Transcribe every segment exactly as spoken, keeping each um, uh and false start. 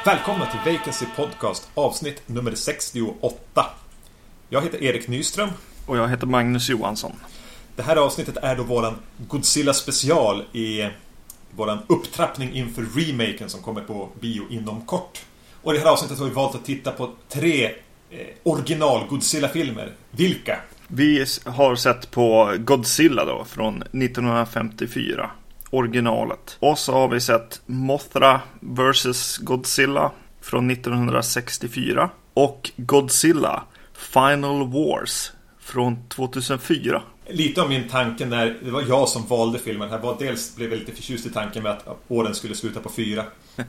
Välkomna till Vacancy Podcast, avsnitt nummer sextioåtta. Jag heter Erik Nyström. Och jag heter Magnus Johansson. Det här avsnittet är då våran Godzilla special i våran upptrappning inför remaken som kommer på bio inom kort. Och i det här avsnittet har vi valt att titta på tre eh, original Godzilla-filmer. Vilka? Vi har sett på Godzilla då från nittonhundrafemtiofyra, originalet. Och så har vi sett Mothra versus. Godzilla från nittonhundrasextiofyra och Godzilla Final Wars från tvåtusenfyra. Lite av min tanke när det var jag som valde filmen här var dels blev jag lite förtjust i tanken med att åren skulle sluta på fyra.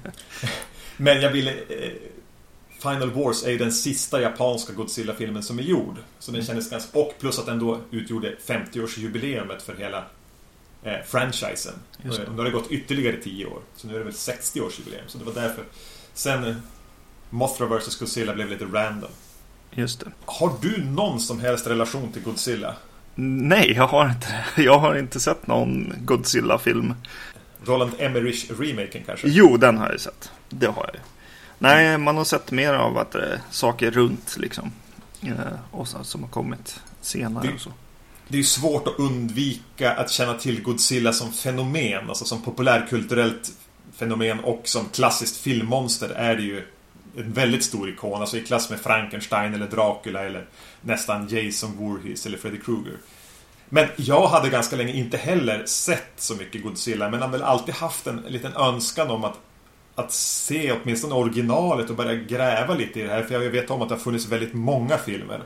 Men jag ville eh, Final Wars är ju den sista japanska Godzilla-filmen som är gjord. Så den kändes ganska... Och plus att den då utgjorde femtio-årsjubileumet för hela eh, franchisen. Nu har det gått ytterligare tio år. Så nu är det väl sextio-årsjubileum. Så det var därför. Sen eh, Mothra versus. Godzilla blev lite random. Just det. Har du någon som helst relation till Godzilla? Nej, jag har inte det. Jag har inte sett någon Godzilla-film. Roland Emmerich-remaken kanske? Jo, den har jag sett. Det har jag. Nej, man har sett mer av att det är saker runt liksom. Eh, och så, som har kommit senare det, och så. Det är ju svårt att undvika att känna till Godzilla som fenomen. Alltså som populärkulturellt fenomen och som klassiskt filmmonster är det ju en väldigt stor ikon. Alltså i klass med Frankenstein eller Dracula eller nästan Jason Voorhees eller Freddy Krueger. Men jag hade ganska länge inte heller sett så mycket Godzilla. Men jag har väl alltid haft en liten önskan om att att se åtminstone originalet och börja gräva lite i det här. För jag vet om att det har funnits väldigt många filmer.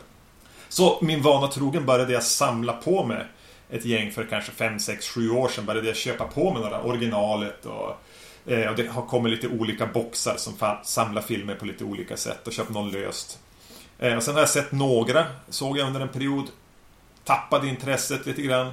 Så min vana trogen började jag samla på mig ett gäng för kanske fem, sex, sju år sedan. Började jag köpa på mig några originalet och, eh, och det har kommit lite olika boxar som fa- samlar filmer på lite olika sätt och köpt någon löst. Eh, och sen har jag sett några, såg jag under en period, tappade intresset lite grann.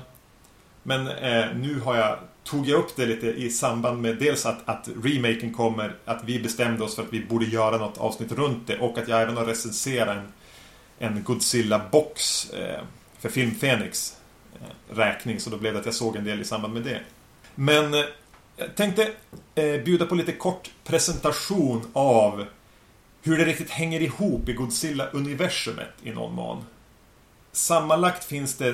Men eh, nu har jag tog jag upp det lite i samband med dels att, att remaken kommer, att vi bestämde oss för att vi borde göra något avsnitt runt det och att jag även har recenserat en, en Godzilla-box eh, för Film Phoenix eh, räkning, så då blev det att jag såg en del i samband med det. Men eh, jag tänkte eh, bjuda på lite kort presentation av hur det riktigt hänger ihop i Godzilla-universumet i någon mån. Sammanlagt finns det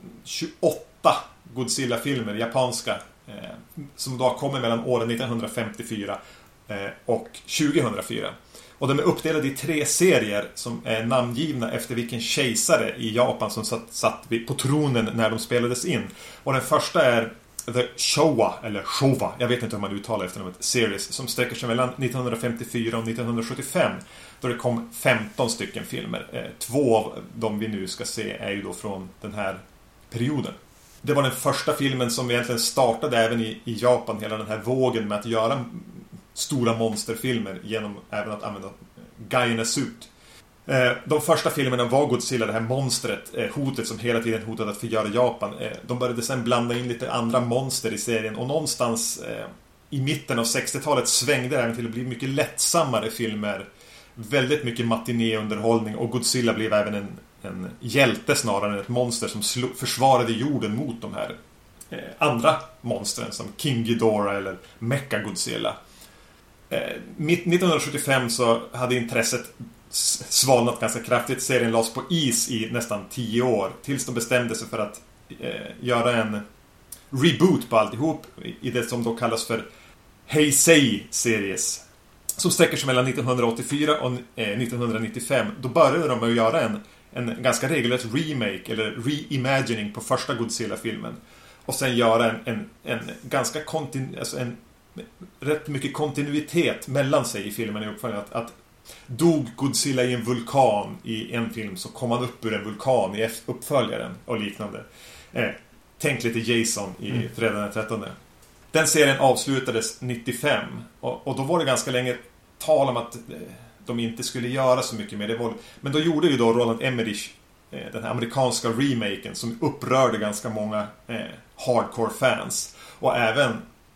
tjugoåtta Godzilla-filmer, japanska, eh, som då kommer mellan åren nittonhundrafemtiofyra eh, och tjugohundrafyra. Och de är uppdelade i tre serier som är namngivna efter vilken kejsare i Japan som satt, satt på tronen när de spelades in. Och den första är The Showa, eller Showa, jag vet inte hur man uttalar efter namnet, series, som sträcker sig mellan nittonhundrafemtiofyra och nittonhundrasjuttiofem, då det kom femton stycken filmer. Eh, två av de vi nu ska se är ju då från den här perioden. Det var den första filmen som egentligen startade även i, i Japan, hela den här vågen med att göra stora monsterfilmer genom även att använda Gaina-suit. Eh, de första filmerna var Godzilla, det här monstret, eh, hotet som hela tiden hotade att förgöra Japan. Eh, de började sen blanda in lite andra monster i serien och någonstans eh, i mitten av sextiotalet svängde det även till att bli mycket lättsammare filmer. Väldigt mycket matinéunderhållning och Godzilla blev även en en hjälte snarare än ett monster som sl- försvarade jorden mot de här eh, andra monstren som King Ghidorah eller Mechagodzilla. Eh, nittonhundrasjuttiofem så hade intresset svalnat ganska kraftigt. Serien lades på is i nästan tio år tills de bestämde sig för att eh, göra en reboot på alltihop i det som då kallas för Heisei Series, som sträcker sig mellan nittonhundraåttiofyra och eh, nittonhundranittiofem. Då började de med att göra en en ganska regelrätt remake eller reimagining på första Godzilla-filmen och sen göra en, en, en ganska kontinu- alltså en, rätt mycket kontinuitet mellan sig i filmen i uppföljningen. Att, att dog Godzilla i en vulkan i en film så kom han upp ur en vulkan i uppföljaren och liknande. Eh, tänk lite Jason i mm. fredagen den trettonde. Den serien avslutades nittiofem och, och då var det ganska länge tal om att eh, de inte skulle göra så mycket med det. Men då gjorde ju då Roland Emmerich eh, den här amerikanska remaken som upprörde ganska många eh, hardcore fans och även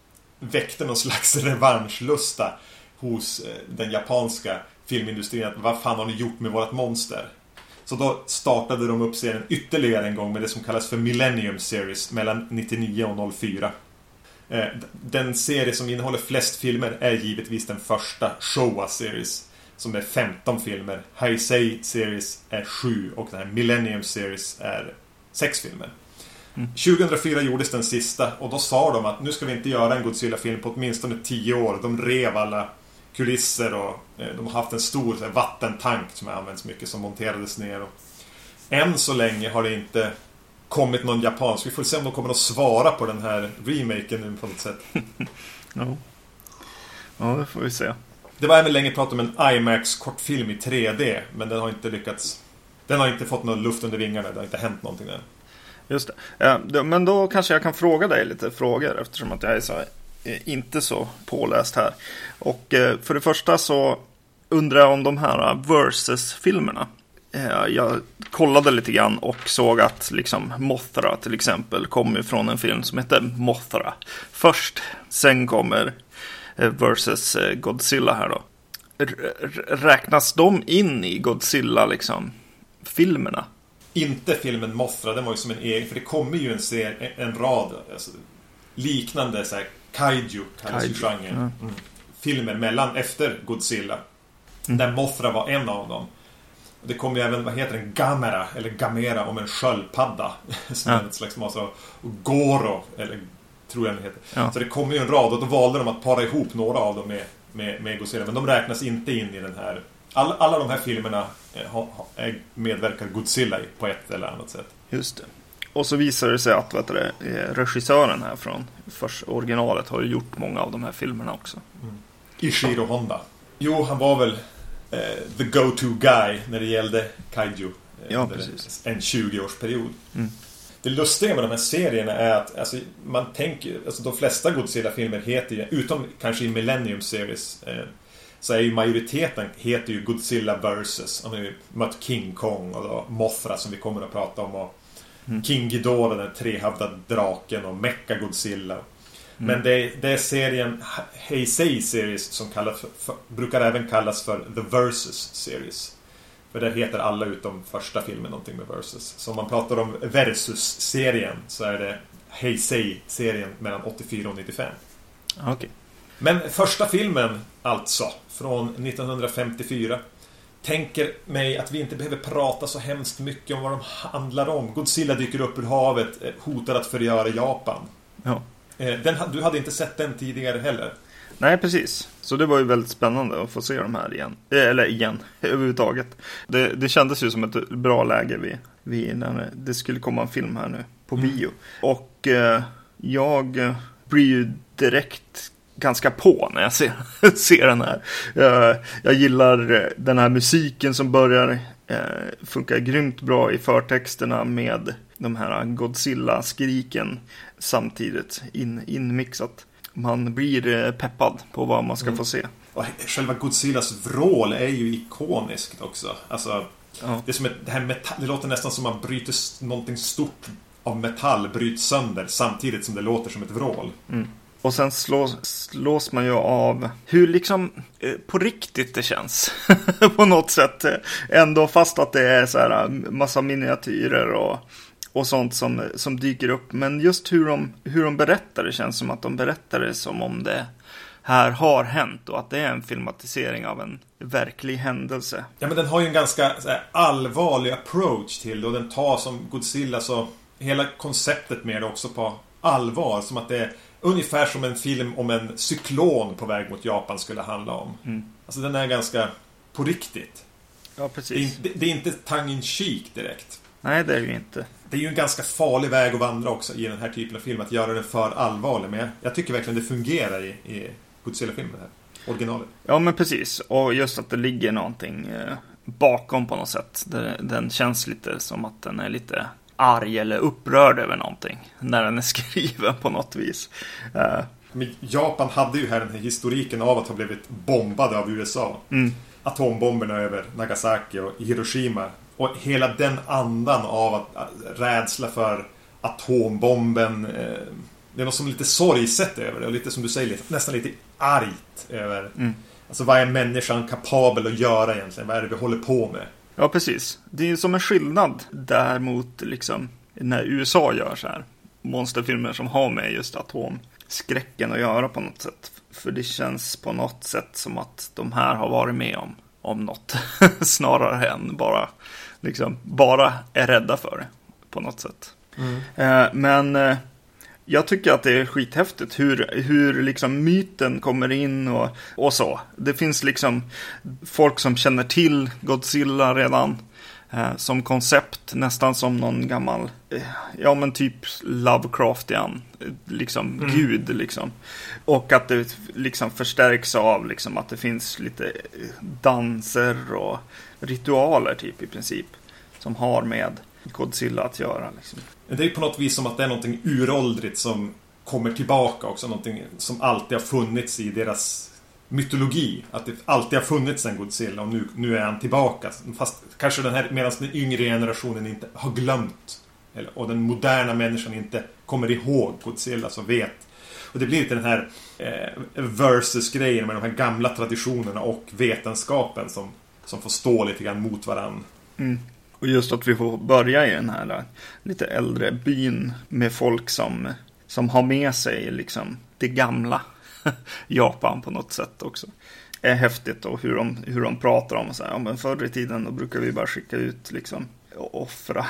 väckte någon slags revanschlusta hos eh, den japanska filmindustrin att vad fan har ni gjort med vårat monster? Så då startade de upp serien ytterligare en gång med det som kallas för Millennium Series mellan nittionio och noll fyra. Den serie som innehåller flest filmer är givetvis den första Showa Series, som är femton filmer. Heisei Series är sju och den här Millennium Series är sex filmer. Mm. tjugohundrafyra gjordes den sista och då sa de att nu ska vi inte göra en Godzilla-film på åtminstone tio år. De rev alla kulisser och de har haft en stor så här, vattentank som har använts mycket som monterades ner. Och än så länge har det inte kommit någon japansk. Vi får se om de kommer att svara på den här remaken nu på något sätt. Ja. Ja, det får vi se. Det var även länge prat om en IMAX-kortfilm i tre D, men den har inte lyckats. Den har inte fått någon luft under vingarna. Det har inte hänt någonting där. Just det. Ja, men då kanske jag kan fråga dig lite frågor, eftersom att jag är så här, inte så påläst här. Och för det första så undrar jag om de här versus-filmerna. Jag kollade lite grann och såg att liksom Mothra till exempel kommer från en film som heter Mothra först. Sen kommer versus Godzilla här då. Räknas de in i Godzilla liksom filmerna? Inte filmen Mothra, den var ju som en egen, för det kommer ju en serie, en rad alltså, liknande så här, kaiju kallas ju genren. Mm. Mm. Filmer mellan efter Godzilla. Mm. Där Mothra var en av dem. Det kommer ju även, vad heter den, Gamera eller Gamera om en sköldpadda som ja. är ett slags Mothra, och Goro eller tror jag den heter. Ja. Så det kommer ju en rad och då valde de att para ihop några av dem med, med, med Godzilla, men de räknas inte in i den här. Alla, alla de här filmerna eh, medverkar Godzilla på ett eller annat sätt. Just det. Och så visar det sig att vet du, regissören här från först originalet har gjort många av de här filmerna också. Mm. Ishiro Honda. Jo, han var väl eh, the go-to guy när det gällde kaiju. Eh, ja, precis. En tjugo-årsperiod. Mm. Det lustiga med de här serierna är att alltså, man tänker, alltså de flesta Godzilla-filmer heter ju, utom kanske i Millennium Series, eh, så är ju majoriteten heter ju Godzilla versus. Han har ju mött King Kong och då Mothra som vi kommer att prata om och mm. King Ghidorah, den trehövdade draken och Mecha Godzilla. Mm. Men det, det är serien Heisei Series som kallas för, för, brukar även kallas för The Versus Series. För där heter alla utom första filmen någonting med versus. Så om man pratar om Versus-serien så är det Heisei-serien mellan åttiofyra och nittiofem. Okej. Okay. Men första filmen alltså från nittonhundrafemtiofyra tänker mig att vi inte behöver prata så hemskt mycket om vad de handlar om. Godzilla dyker upp ur havet, hotar att förgöra Japan. Ja. Den, du hade inte sett den tidigare heller. Nej, precis. Så det var ju väldigt spännande att få se de här igen. Eller igen, överhuvudtaget. Det, det kändes ju som ett bra läge vi, vi, när det skulle komma en film här nu på mm. bio. Och eh, jag blir ju direkt ganska på när jag ser, ser den här. Jag, jag gillar den här musiken som börjar eh, funka grymt bra i förtexterna med de här Godzilla-skriken samtidigt in, inmixat. Man blir peppad på vad man ska mm. få se. Och själva Godzillas vrål är ju ikoniskt också. Alltså, ja. det, är som ett, det, här metall, det låter nästan som att man bryter någonting stort av metall bryts sönder samtidigt som det låter som ett vrål. Mm. Och sen slås, slås man ju av hur liksom eh, på riktigt det känns. På något sätt. Ändå fast att det är så här massa miniatyrer och, och sånt som, som dyker upp. Men just hur de, hur de berättar det känns som att de berättar det som om det här har hänt. Och att det är en filmatisering av en verklig händelse. Ja, men den har ju en ganska så här, allvarlig approach till det. Och den tar som Godzilla så hela konceptet med det också på allvar. Som att det är ungefär som en film om en cyklon på väg mot Japan skulle handla om. Mm. Alltså den är ganska på riktigt. Ja, precis. Det är, det är inte tongue-in-cheek direkt. Nej, det är ju inte. Det är ju en ganska farlig väg att vandra också i den här typen av film. Att göra den för allvarlig. Men jag, jag tycker verkligen det fungerar i, i Godzilla-filmen här. Originalet. Ja, men precis. Och just att det ligger någonting eh, bakom på något sätt. Det, den känns lite som att den är lite arg eller upprörd över någonting när den är skriven på något vis. Uh. Men Japan hade ju här den här historiken av att ha blivit bombade av U S A. Mm. Atombomberna över Nagasaki och Hiroshima. Och hela den andan av att, att rädsla för atombomben. Eh, det är något som är lite sorgset över det. Och lite som du säger, nästan lite argt över. Mm. Alltså vad är människan kapabel att göra egentligen? Vad är det vi håller på med? Ja, precis. Det är som en skillnad däremot liksom när U S A gör så här monsterfilmer som har med just atom, skräcken att göra på något sätt. För det känns på något sätt som att de här har varit med om, om något. Snarare än bara, liksom, bara är rädda för det på något sätt. Mm. Eh, men eh, jag tycker att det är skithäftigt hur, hur liksom myten kommer in och, och så. Det finns liksom folk som känner till Godzilla redan eh, som koncept, nästan som någon gammal, eh, ja men typ Lovecraftian, liksom mm. gud liksom. Och att det liksom förstärks av liksom att det finns lite danser och ritualer typ i princip som har med Godzilla att göra liksom. Det är på något vis som att det är någonting uråldrigt som kommer tillbaka också. Någonting som alltid har funnits i deras mytologi. Att det alltid har funnits en Godzilla och nu, nu är han tillbaka. Fast kanske den här, medan den yngre generationen inte har glömt. Eller, och den moderna människan inte kommer ihåg Godzilla, så vet. Och det blir lite den här eh, versus-grejen med de här gamla traditionerna och vetenskapen som, som får stå lite grann mot varann. Mm. Och just att vi får börja i den här lite äldre byn med folk som, som har med sig liksom det gamla Japan på något sätt också. Är häftigt och hur de, hur de pratar om så här, ja, men förr i tiden då brukar vi bara skicka ut liksom offra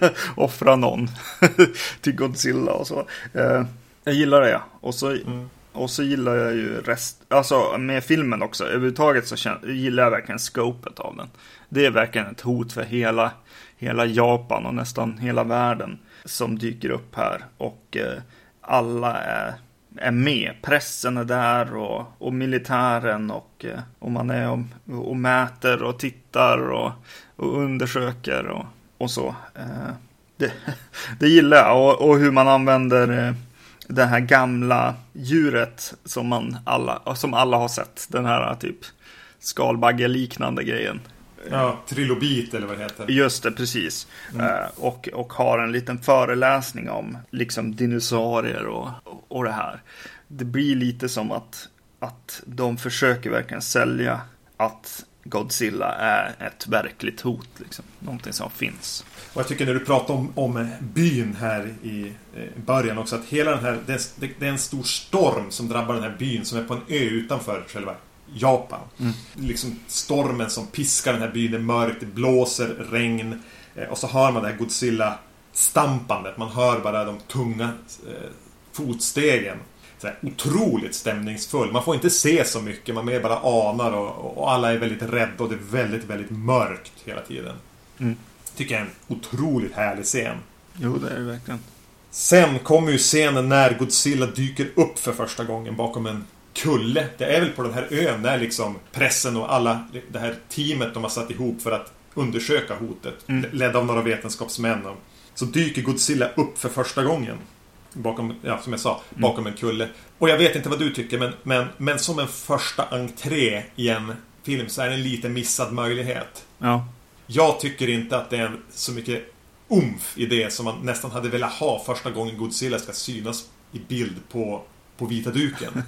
offra någon till Godzilla och så. Eh, jag gillar det. Och så mm. och så gillar jag ju rest, alltså med filmen också överhuvudtaget, så kän, gillar jag verkligen scopet av den. Det är verkligen ett hot för hela hela Japan och nästan hela världen som dyker upp här, och eh, alla är är med. Pressen är där och, och militären och, och man är och, och mäter och tittar och, och undersöker och, och så. Eh, det, det gillar jag. Och, och hur man använder eh, det här gamla djuret som, man alla, som alla har sett. Den här typ skalbagge-liknande grejen. Ja, trilobit eller vad det heter. Just det, precis. Mm. Eh, och, och har en liten föreläsning om liksom dinosaurier och, och det här. Det blir lite som att, att de försöker verkligen sälja att Godzilla är ett verkligt hot. Liksom. Någonting som finns. Och jag tycker när du pratar om, om byn här i början också, att hela den här, det är, det är en stor storm som drabbar den här byn som är på en ö utanför själva Japan. Mm. Liksom stormen som piskar den här byn, det är mörkt, det blåser, regn, eh, och så hör man det här Godzilla-stampandet. Man hör bara de tunga eh, fotstegen. Så här, otroligt stämningsfull. Man får inte se så mycket, man mer bara anar och, och alla är väldigt rädda och det är väldigt, väldigt mörkt hela tiden. Mm. Tycker jag är en otroligt härlig scen. Jo, det är det verkligen. Sen kommer ju scenen när Godzilla dyker upp för första gången bakom en kulle. Det är väl på den här ön där liksom pressen och alla det här teamet de har satt ihop för att undersöka hotet, mm. ledda av några vetenskapsmän. Så dyker Godzilla upp för första gången bakom, ja, som jag sa, bakom mm. en kulle. Och jag vet inte vad du tycker, men, men, men som en första entré i en film så är det en lite missad möjlighet. Ja. Jag tycker inte att det är så mycket umf i det som man nästan hade velat ha första gången Godzilla ska synas i bild på på vita duken.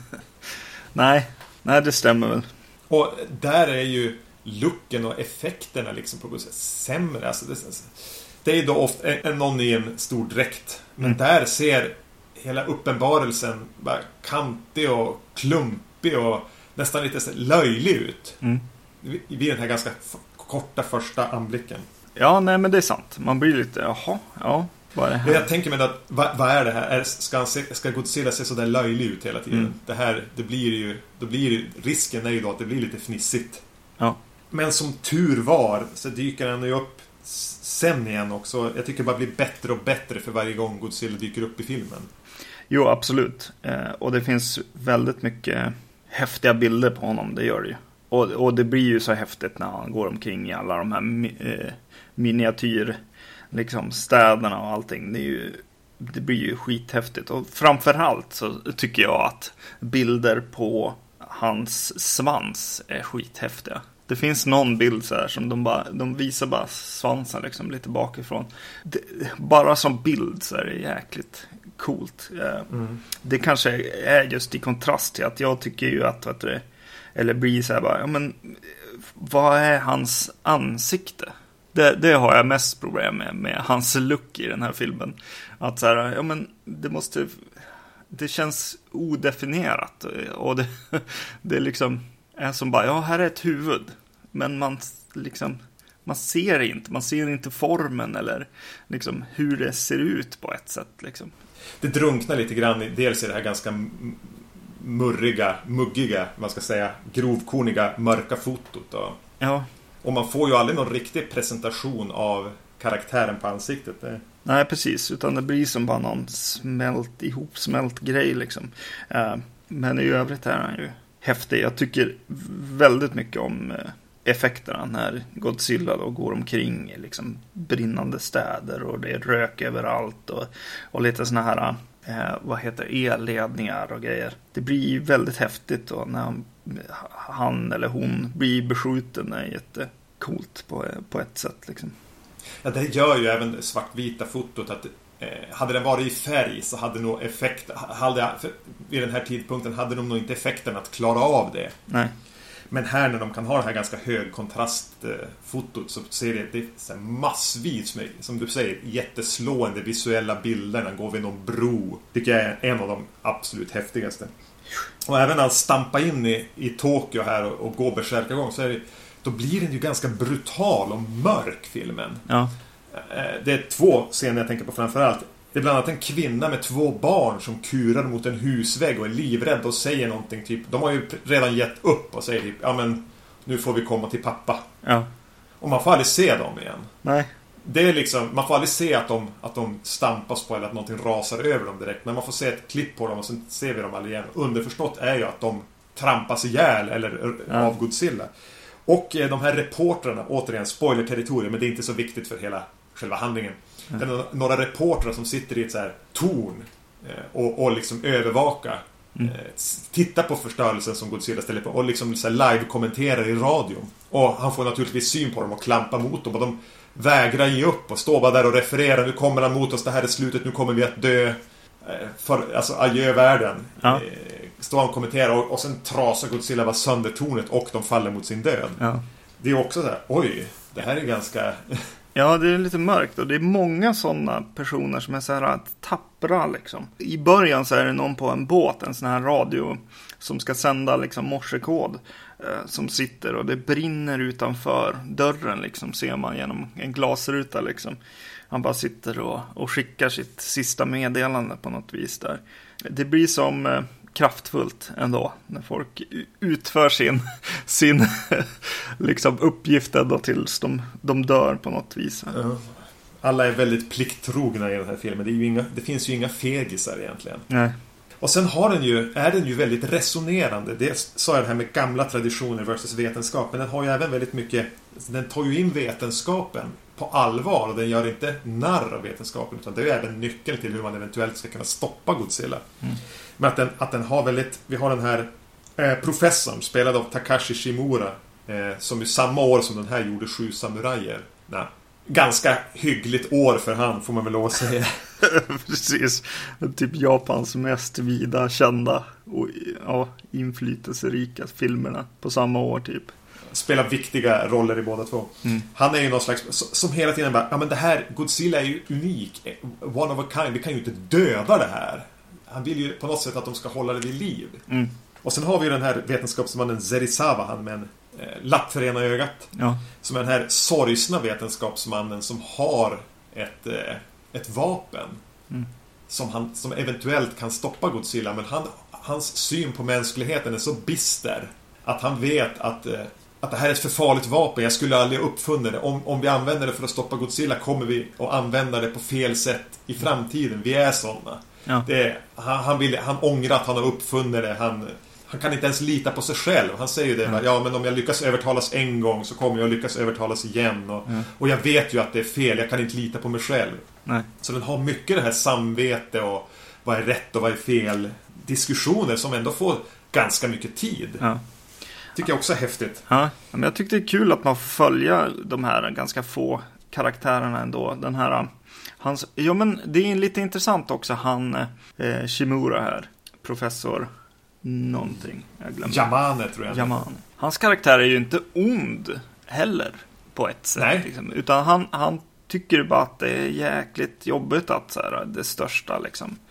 nej, nej det stämmer väl. Och där är ju looken och effekterna liksom på Godzilla sämre. Alltså det, det är då ofta en, någon i en stor dräkt. Men mm. där ser hela uppenbarelsen bara kantig och klumpig och nästan lite så löjlig ut. Mm. Vid den här ganska korta första anblicken. Ja, nej men det är sant. Man blir lite, jaha, ja. Men jag tänker mig att, vad, vad är det här? Är, ska, han se, ska Godzilla se så där löjlig ut hela tiden? Mm. Det här, det blir ju, då blir ju, risken är ju då att det blir lite fnissigt. Ja. Men som tur var så dyker han ju upp sen igen också. Jag tycker det bara blir bättre och bättre för varje gång Godzilla dyker upp i filmen. Jo, absolut. Eh, och det finns väldigt mycket häftiga bilder på honom, det gör det ju. Och, och det blir ju så häftigt när han går omkring i alla de här eh, miniatyr liksom städerna och allting. Det är ju, det blir ju skithäftigt. Och framförallt så tycker jag att bilder på hans svans är skithäftiga. Det finns någon bild så här som de bara, de visar bara svansen liksom lite bakifrån. Det, bara som bild så är det jäkligt coolt. Mm. Det kanske är just i kontrast till att jag tycker ju att, att det, eller blir så här bara, ja men vad är hans ansikte? Det, det har jag mest problem med, med hans look i den här filmen. Att så här, ja men det måste det känns odefinierat. Och det, det liksom är som bara, ja, här är ett huvud. Men man liksom, man ser inte, man ser inte formen eller liksom hur det ser ut på ett sätt liksom. Det drunknar lite grann i, dels i det här ganska murriga, muggiga, man ska säga, grovkorniga, mörka fotot då. Ja. Och man får ju aldrig någon riktig presentation av karaktären på ansiktet. Det. Nej, precis. Utan det blir som bara någon smält, ihopsmält grej liksom. Uh, men i övrigt är han ju häftig. Jag tycker väldigt mycket om uh, effekterna när Godzilla då går omkring i liksom brinnande städer och det är rök överallt och, och lite såna här uh, vad heter elledningar och grejer. Det blir väldigt häftigt då när han, han eller hon blir beskjuten. Det är jättecoolt på, på ett sätt liksom. Ja, det gör ju även svartvita fotot att eh, hade den varit i färg så hade nog effekt hade, vid den här tidpunkten hade de nog inte effekten att klara av det. Nej. Men här när de kan ha det här ganska hög kontrast eh, fotot så ser det, det är så massvis med, som du säger, jätteslående visuella bilder när han går vid någon bro. Tycker jag är en av de absolut häftigaste. Och även när han stampar in i, i Tokyo här och, och går berserkargång så är det, då blir den ju ganska brutal och mörk, filmen. Ja. Det är två scener jag tänker på framförallt. Det är bland annat en kvinna med två barn som kurar mot en husvägg och är livrädd och säger någonting typ, de har ju redan gett upp och säger typ, ja men nu får vi komma till pappa. Ja. Och man får aldrig se dem igen. Nej. Det är liksom, man får aldrig se att de, att de stampas på eller att någonting rasar över dem direkt. Men man får se ett klipp på dem och sen ser vi dem aldrig igen. Underförstått är ju att de trampas ihjäl eller ja. av Godzilla. Och de här reportrarna, återigen spoiler-territorium, men det är inte så viktigt för hela själva handlingen. Mm. Det är några reportrar som sitter i ett så här torn och, och liksom övervaka, mm. titta på förstörelsen som Godzilla ställer på och liksom så här live-kommenterar i radion. Och han får naturligtvis syn på dem och klampa mot dem och de vägrar ge upp och står bara där och refererar, nu kommer han mot oss, det här är slutet, nu kommer vi att dö. För, alltså adjö världen. Ja. Står han och kommenterar och, och sen trasar Godzilla var sönder tornet och de faller mot sin död. Ja. Det är också så här, oj, det här är ganska... Ja, det är lite mörkt och det är många sådana personer som är så här tappra liksom. I början så är det någon på en båt, en sån här radio som ska sända liksom morsekod eh, som sitter och det brinner utanför dörren liksom, ser man genom en glasruta liksom. Han bara sitter och, och skickar sitt sista meddelande på något vis där. Det blir som eh, kraftfullt ändå när folk utför sin, sin liksom uppgift ändå tills de, de dör på något vis. Ja. Alla är väldigt plikttrogna i den här filmen. Det, är ju inga, det finns ju inga fegisar egentligen. Nej. Och sen har den ju, är den ju väldigt resonerande. Det sa jag det här med gamla traditioner versus vetenskap. Men den har ju även väldigt mycket, den tar ju in vetenskapen på allvar. Och den gör inte narr av vetenskapen. Utan det är ju även nyckeln till hur man eventuellt ska kunna stoppa Godzilla. Mm. Men att den, att den har väldigt, vi har den här eh, professorn spelad av Takashi Shimura. Eh, som ju samma år som den här gjorde Sju samurajer. Nej. Ganska hyggligt år för han, får man väl lov att säga. Precis. Typ Japans mest vida kända och ja, inflytelserika filmerna på samma år typ. Spelar viktiga roller i båda två. Mm. Han är ju någon slags, som hela tiden bara, ja men det här, Godzilla är ju unik. One of a kind, vi kan ju inte döda det här. Han vill ju på något sätt att de ska hålla det vid liv. Mm. Och sen har vi ju den här vetenskapsmannen Serizawa, han med en eh, lapp för ena ögat. Ja. Som är den här sorgsna vetenskapsmannen som har ett, eh, ett vapen. Mm. Som, han, som eventuellt kan stoppa Godzilla. Men han, hans syn på mänskligheten är så bister att han vet att, eh, att det här är ett för farligt vapen. Jag skulle aldrig uppfunna det. Om, om vi använder det för att stoppa Godzilla kommer vi att använda det på fel sätt i framtiden. Vi är sådana. Ja. Det, han, han, vill, han ångrar att han har uppfunnit det. Han, han kan inte ens lita på sig själv. Han säger ju det, mm. ja men om jag lyckas övertalas en gång så kommer jag lyckas övertalas igen. Och, mm. och jag vet ju att det är fel. Jag kan inte lita på mig själv. Nej. Så den har mycket det här samvete och vad är rätt och vad är fel. Diskussioner som ändå får ganska mycket tid. Ja. Tycker jag också är häftigt. Ja, men jag tyckte det är kul att man får följa de här ganska få karaktärerna ändå. Den här... Hans, ja men det är lite intressant också han eh, Shimura här, professor någonting, jag glömde. Yamane tror jag. Yamane. Hans karaktär är ju inte ond heller på ett sätt liksom, utan han, han tycker bara att det är jäkligt jobbigt att så här, det största liksom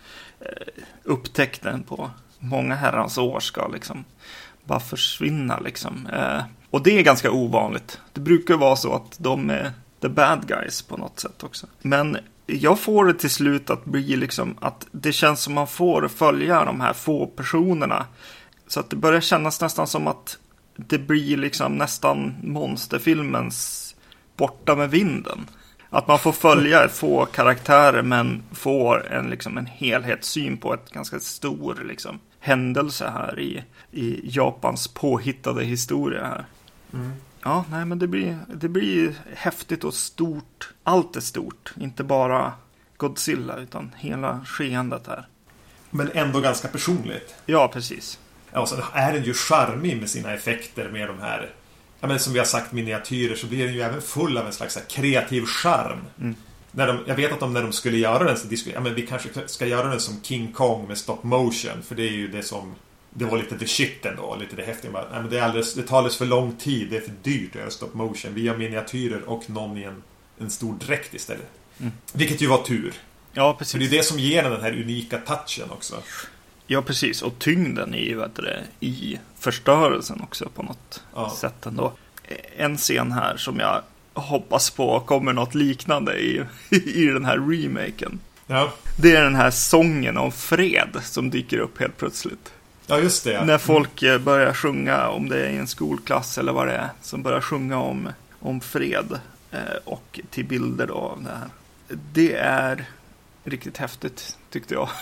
upptäckten på många herrans år ska liksom bara försvinna liksom. Eh, och det är ganska ovanligt. Det brukar vara så att de är the bad guys på något sätt också. Men jag får det till slut att bli liksom att det känns som man får följa de här få personerna. Så att det börjar kännas nästan som att det blir liksom nästan monsterfilmens Borta med vinden. Att man får följa få karaktärer men får en, liksom, en helhetssyn på ett ganska stor liksom, händelse här i, i Japans påhittade historia här. Mm. Ja, nej men det blir, det blir häftigt och stort. Allt är stort, inte bara Godzilla utan hela skeendet här. Men ändå ganska personligt. Ja, precis. Ja, och så är den ju charmig med sina effekter med de här, ja, men som vi har sagt, miniatyrer, så blir den ju även full av en slags här, kreativ charm. Mm. När de, jag vet att de när de skulle göra den så de skulle, ja, men vi kanske ska göra den som King Kong med stop motion, för det är ju det som det var lite the shit ändå, lite det häftiga. Ja, men det, är alldeles, det tar alldeles för lång tid, det är för dyrt att göra stop motion. Vi har miniatyrer och någon i en, en stor dräkt istället. Mm. Vilket ju var tur. Ja, precis. För det är det som ger den här unika touchen också. Ja, precis. Och tyngden i, vet du, i förstörelsen också på något ja. sätt ändå. En scen här som jag hoppas på kommer något liknande i, i den här remaken. Ja. Det är den här sången om fred som dyker upp helt plötsligt. Ja, just det. Ja. När folk börjar sjunga, om det är i en skolklass eller vad det är, som börjar sjunga om, om fred eh, och till bilder då av det här. Det är riktigt häftigt, tyckte jag.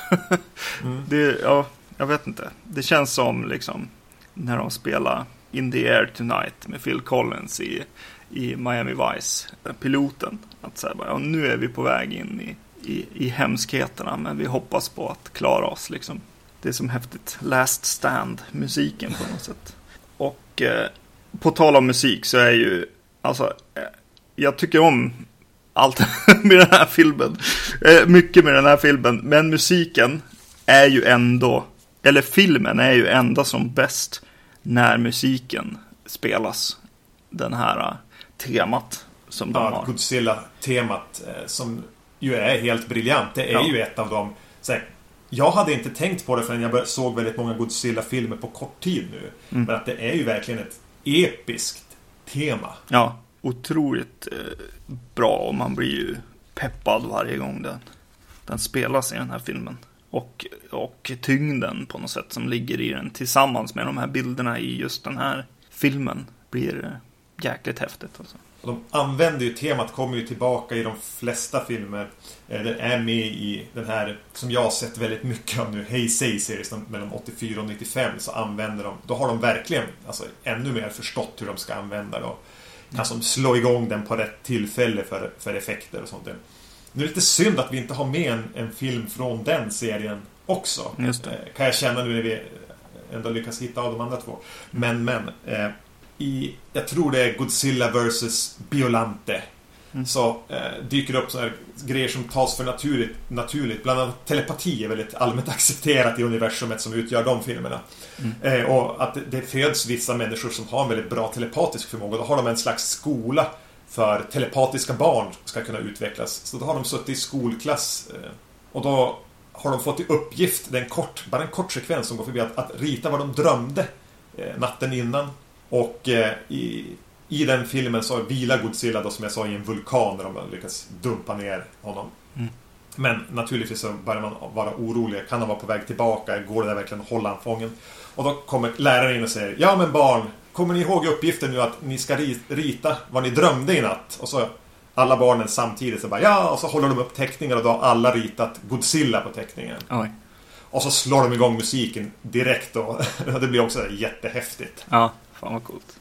mm. det, ja, jag vet inte. Det känns som liksom när de spelar In the Air Tonight med Phil Collins i, i Miami Vice, piloten. Att säga bara, ja, nu är vi på väg in i, i, i hemskheterna, men vi hoppas på att klara oss liksom. Det är som häftigt. Last Stand, musiken på något sätt. Och eh, på tal om musik så är ju, alltså, eh, jag tycker om allt med den här filmen. Eh, mycket med den här filmen. Men musiken är ju ändå, eller filmen är ju ändå som bäst när musiken spelas. Den här uh, temat som de ja, har. Godzilla-temat eh, som ju är helt briljant. Det är ja. ju ett av dem. Så här, jag hade inte tänkt på det förrän jag såg väldigt många Godzilla-filmer på kort tid nu. Mm. Men att det är ju verkligen ett episkt tema. Ja, otroligt eh, bra, och man blir ju peppad varje gång den, den spelas i den här filmen. Och, och tyngden på något sätt som ligger i den tillsammans med de här bilderna i just den här filmen blir eh, jäkligt häftigt alltså. De använder ju temat, kommer ju tillbaka i de flesta filmer. Den är med i den här, som jag har sett väldigt mycket av nu, Heisei-serien mellan åttiofyra och nittiofem, så använder de, då har de verkligen alltså, ännu mer förstått hur de ska använda det. Alltså slå igång den på rätt tillfälle för, för effekter och sånt där. Nu är det lite synd att vi inte har med en, en film från den serien också. Just det. Eh, kan jag känna nu när vi ändå lyckas hitta av de andra två. Men, men eh, i, jag tror det är Godzilla versus Biolante. Mm. Så eh, dyker det upp sådana här grejer som tas för naturligt, naturligt. Bland annat telepati är väldigt allmänt accepterat i universumet som utgör de filmerna. Mm. Eh, och att det, det föds vissa människor som har en väldigt bra telepatisk förmåga. Då har de en slags skola för telepatiska barn ska kunna utvecklas. Så då har de suttit i skolklass eh, och då har de fått i uppgift, det är en kort, bara en kort sekvens som går förbi, att, att rita vad de drömde eh, natten innan. Och eh, i, i den filmen så vilar Godzilla då, som jag sa, i en vulkan där de lyckas dumpa ner honom. Mm. Men naturligtvis så börjar man vara orolig. Kan han vara på väg tillbaka? Går det där verkligen att hålla han fången? Och då kommer läraren in och säger: ja men barn, kommer ni ihåg uppgiften nu att ni ska rita vad ni drömde i natt? Och så alla barnen samtidigt så bara ja, och så håller de upp teckningar och då har alla ritat Godzilla på teckningen. Oj. Och så slår de igång musiken direkt och det blir också jättehäftigt. Ja, fan vad coolt.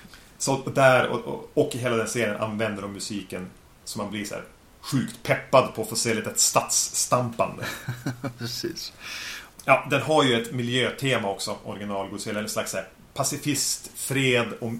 Så där och, och, och i hela den serien använder de musiken så man blir så här sjukt peppad på att få se lite ett stadsstampande. Precis. Ja, den har ju ett miljötema också, original Godzilla, en slags så här pacifist, fred och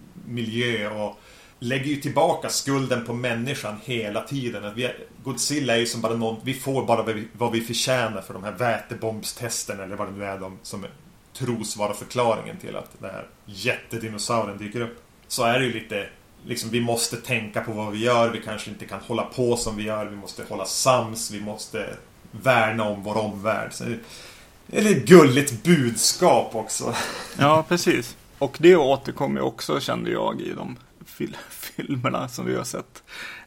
miljö, och lägger ju tillbaka skulden på människan hela tiden. Att vi är, Godzilla är ju som bara någon, vi får bara vad vi, vad vi förtjänar för de här vätebombstesten eller vad det nu är de som tros vara förklaringen till att den här jättedinosauren dyker upp. Så är det ju lite liksom, vi måste tänka på vad vi gör, vi kanske inte kan hålla på som vi gör, vi måste hålla sams, vi måste värna om vår omvärld. Så det är ett gulligt budskap också. Ja, precis. Och det återkommer också, kände jag, i de fil- filmerna som vi har sett.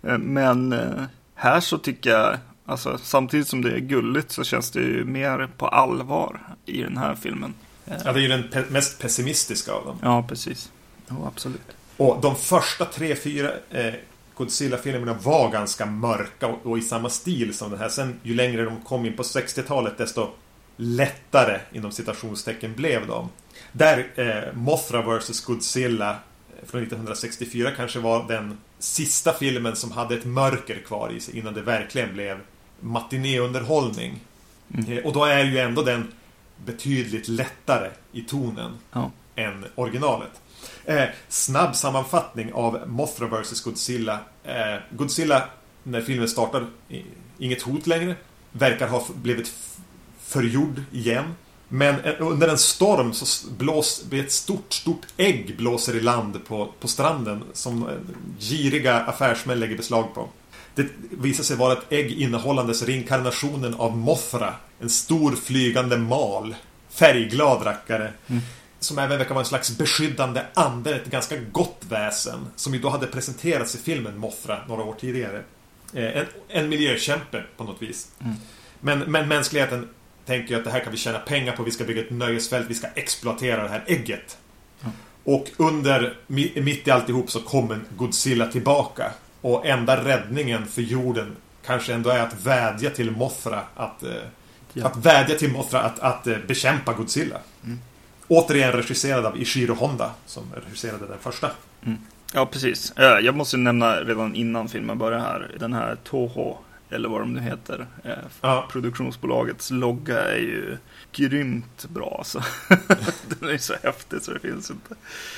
Men här så tycker jag, alltså, samtidigt som det är gulligt så känns det ju mer på allvar i den här filmen. Ja, det är ju den pe- mest pessimistiska av dem. Ja, precis. Ja, absolut. Och de första tre, fyra eh, Godzilla-filmerna var ganska mörka och, och i samma stil som den här. Sen ju längre de kom in på sextiotalet, desto lättare inom citationstecken blev de. Där eh, Mothra versus Godzilla från nittonhundrasextiofyra kanske var den sista filmen som hade ett mörker kvar i sig innan det verkligen blev matinéunderhållning. Mm. Eh, och då är ju ändå den betydligt lättare i tonen ja. än originalet. Eh, snabb sammanfattning av Mothra versus Godzilla. Eh, Godzilla, när filmen startar, inget hot längre. Verkar ha blivit f- förgjord igen. Men under en storm så blås ett stort, stort ägg blåser i land på, på stranden som giriga affärsmän lägger beslag på. Det visar sig vara ett ägg innehållandes reinkarnationen av Mothra. En stor flygande mal. Färgglad rackare. Mm. Som även verkar vara en slags beskyddande ande. Ett ganska gott väsen. Som ju då hade presenterats i filmen Mothra några år tidigare. En, en miljökämpe på något vis. Mm. Men, men mänskligheten tänker att det här kan vi tjäna pengar på. Vi ska bygga ett nöjesfält. Vi ska exploatera det här ägget. Mm. Och under, mitt i alltihop så kommer Godzilla tillbaka. Och enda räddningen för jorden kanske ändå är att vädja till Mothra att, ja. att vädja till Mothra att, att bekämpa Godzilla. Mm. Återigen regisserad av Ishiro Honda som regisserade den första. Mm. Ja, precis. Jag måste nämna redan innan filmen börjar här. Den här Toho, eller vad de nu heter. Ja. Produktionsbolagets logga är ju grymt bra. Alltså. Den är så häftig så det finns inte.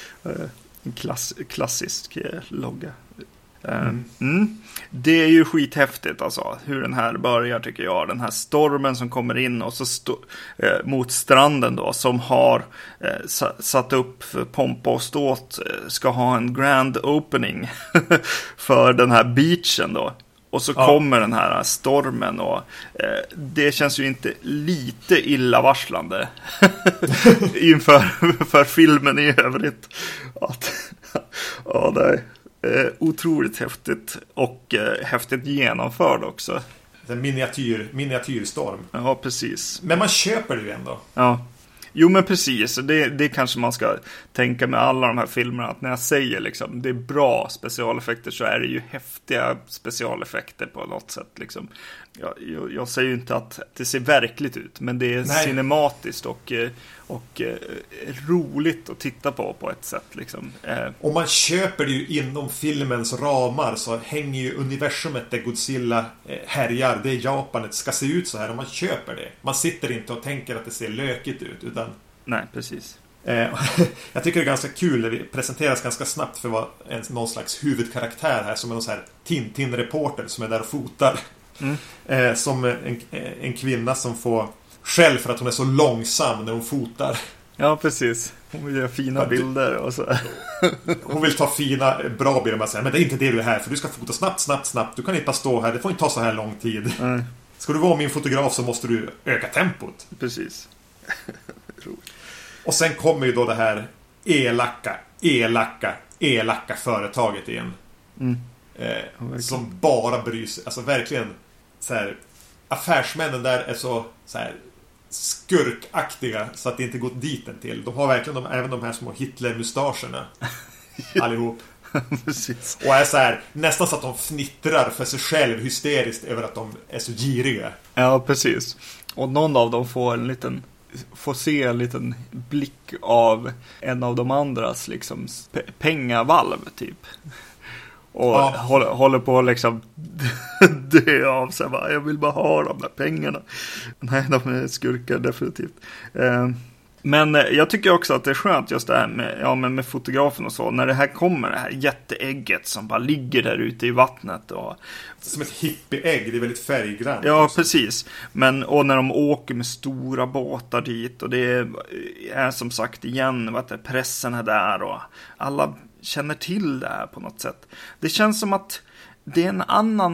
En klass, klassisk logga. Mm. Mm. Det är ju skithäftigt alltså, hur den här börjar tycker jag. Den här stormen som kommer in och så sto- eh, mot stranden då, som har eh, satt upp för pompa och ståt, eh, ska ha en grand opening för den här beachen då. Och så ja. kommer den här stormen och eh, det känns ju inte lite illavarslande inför för filmen i övrigt. Att, ja, nej. Eh, otroligt häftigt och eh, häftigt genomförd också. En miniatyr, miniatyrstorm. Ja, precis. Men man köper det ju ändå. Ja. Jo, men precis. Det, det kanske man ska tänka med alla de här filmerna. Att när jag säger liksom, det är bra specialeffekter så är det ju häftiga specialeffekter på något sätt. Liksom. Jag, jag, jag säger ju inte att det ser verkligt ut. Men det är Nej. cinematiskt och, och eh, roligt att titta på på ett sätt. Liksom. Eh. Om man köper det ju inom filmens ramar så hänger ju universumet där Godzilla eh, härjar. Det är Japanet ska se ut så här om man köper det. Man sitter inte och tänker att det ser lökigt ut utan... Nej, precis. Eh, jag tycker det är ganska kul när vi presenteras ganska snabbt för vad en, någon slags huvudkaraktär här som är någon så här Tintin-reporter som är där och fotar. Mm. Eh, som en, en kvinna som får skäll för att hon är så långsam när hon fotar. Ja, precis. Hon vill göra fina ja, bilder och så. Hon vill ta fina, bra bilder. Man säger, men det är inte det du är här för du ska fota snabbt, snabbt, snabbt. Du kan inte bara stå här, det får inte ta så här lång tid. Mm. Ska du vara min fotograf så måste du öka tempot. Precis. Och sen kommer ju då det här elaka, elaka, elaka företaget igen. Mm. Eh, som bara bryr sig. Alltså verkligen så här, affärsmännen där är så, så här, skurkaktiga så att det inte gått dit en till. De har verkligen de, även de här små Hitler-mustascherna allihop. Precis. Och är så här, nästan så att de fnittrar för sig själv hysteriskt över att de är så giriga. Ja, precis. Och någon av dem får en liten får se en liten blick av en av de andras liksom pe- pengavalv typ. Och ja. håller, håller på liksom dö av sig. Bara, jag vill bara ha de där pengarna. Nej, de är skurkar definitivt. Eh, men jag tycker också att det är skönt just det här med, ja, med, med fotografen och så. När det här kommer, det här jätteägget som bara ligger där ute i vattnet. Och, som ett hippieägg, det är väldigt färggrant. Ja, också. Precis. Men, och när de åker med stora båtar dit. Och det är, är som sagt igen, vad det, pressen är där. Och alla känner till det här på något sätt. Det känns som att det är en annan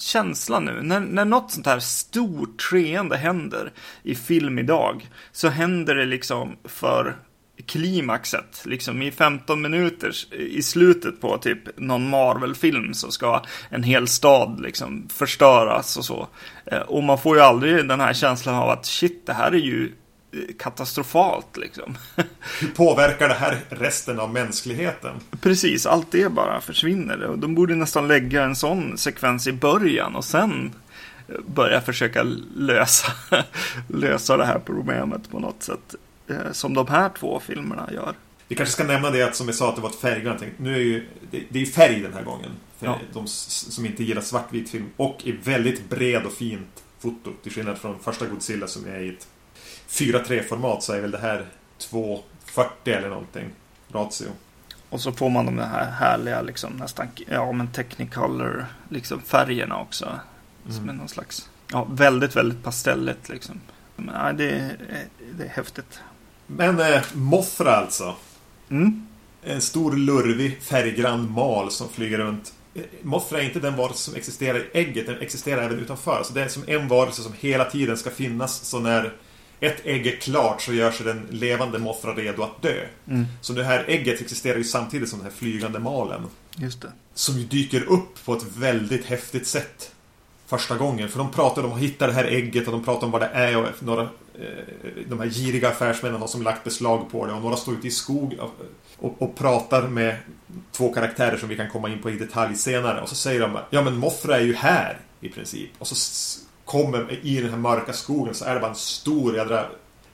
känsla nu. När, när något sånt här stort skeende händer i film idag, så händer det liksom för klimaxet. Liksom i femton minuter i slutet på typ någon Marvel-film så ska en hel stad liksom förstöras och så. Och man får ju aldrig den här känslan av att shit, det här är ju katastrofalt liksom. Hur påverkar det här resten av mänskligheten? Precis, allt det bara försvinner. Och de borde nästan lägga en sån sekvens i början och sen börja försöka lösa lösa det här problemet på något sätt, som de här två filmerna gör. Vi kanske ska nämna det att, som vi sa, att det var ett färggrant. Nu är ju, det, det är ju färg den här gången för ja. De som inte gillar svartvit film, och i väldigt bred och fint foto, till skillnad från första Godzilla som är i ett fyra tre format, så är väl det här två fyrtio eller någonting ratio. Och så får man de här härliga liksom, nästan, ja men Technicolor liksom färgerna också, mm. som är någon slags, ja, väldigt väldigt pastelligt liksom. Men ja, det är, det är häftigt. Men eh, Mothra alltså. Mm. En stor lurvig färggrann mal som flyger runt. Mothra är inte den varelse som existerar i ägget, den existerar även utanför. Så det är som en varelse som hela tiden ska finnas, så när ett ägg är klart så gör sig den levande Mothra redo att dö. Mm. Så det här ägget existerar ju samtidigt som den här flygande malen. Just det. Som ju dyker upp på ett väldigt häftigt sätt första gången. För de pratar om att hitta det här ägget och de pratar om vad det är, och några, eh, de här giriga affärsmännen har som lagt beslag på det, och några står ute i skog och, och pratar med två karaktärer som vi kan komma in på i detalj senare. Och så säger de, ja men Mothra är ju här i princip. Och så kommer i den här mörka skogen så är det bara en stor jädra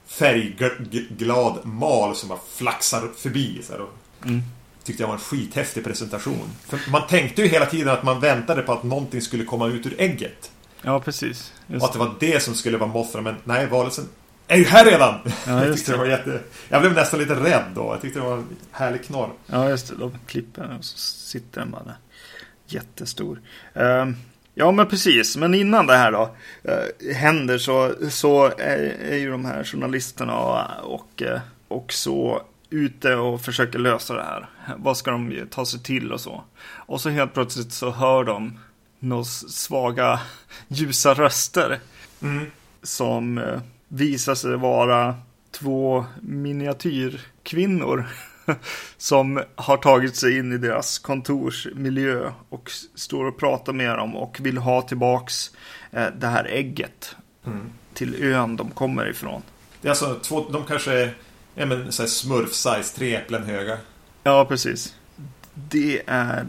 färgglad mal som bara flaxar förbi så här, och mm. tyckte jag var en skithäftig presentation. För man tänkte ju hela tiden att man väntade på att någonting skulle komma ut ur ägget. Ja, precis. Just och att det var det som skulle vara Mothra, men nej, varelsen är ju här redan! Ja, jag, tyckte det var jätte... jag blev nästan lite rädd då. Jag tyckte det var en härlig knorr. Ja, just det. De klipper och så sitter den bara jättestor. Um... Ja, men precis. Men innan det här då eh, händer så, så är, är ju de här journalisterna och, och, och så ute och försöker lösa det här. Vad ska de ta sig till och så. Och så helt plötsligt så hör de några svaga ljusa röster mm. som eh, visar sig vara två miniatyrkvinnor som har tagit sig in i deras kontorsmiljö och står och pratar med dem och vill ha tillbaks eh, det här ägget mm. till ön de kommer ifrån. Det är alltså två, de kanske är ja, men, så här smurf-size, tre äpplen höga. Ja, precis. Det är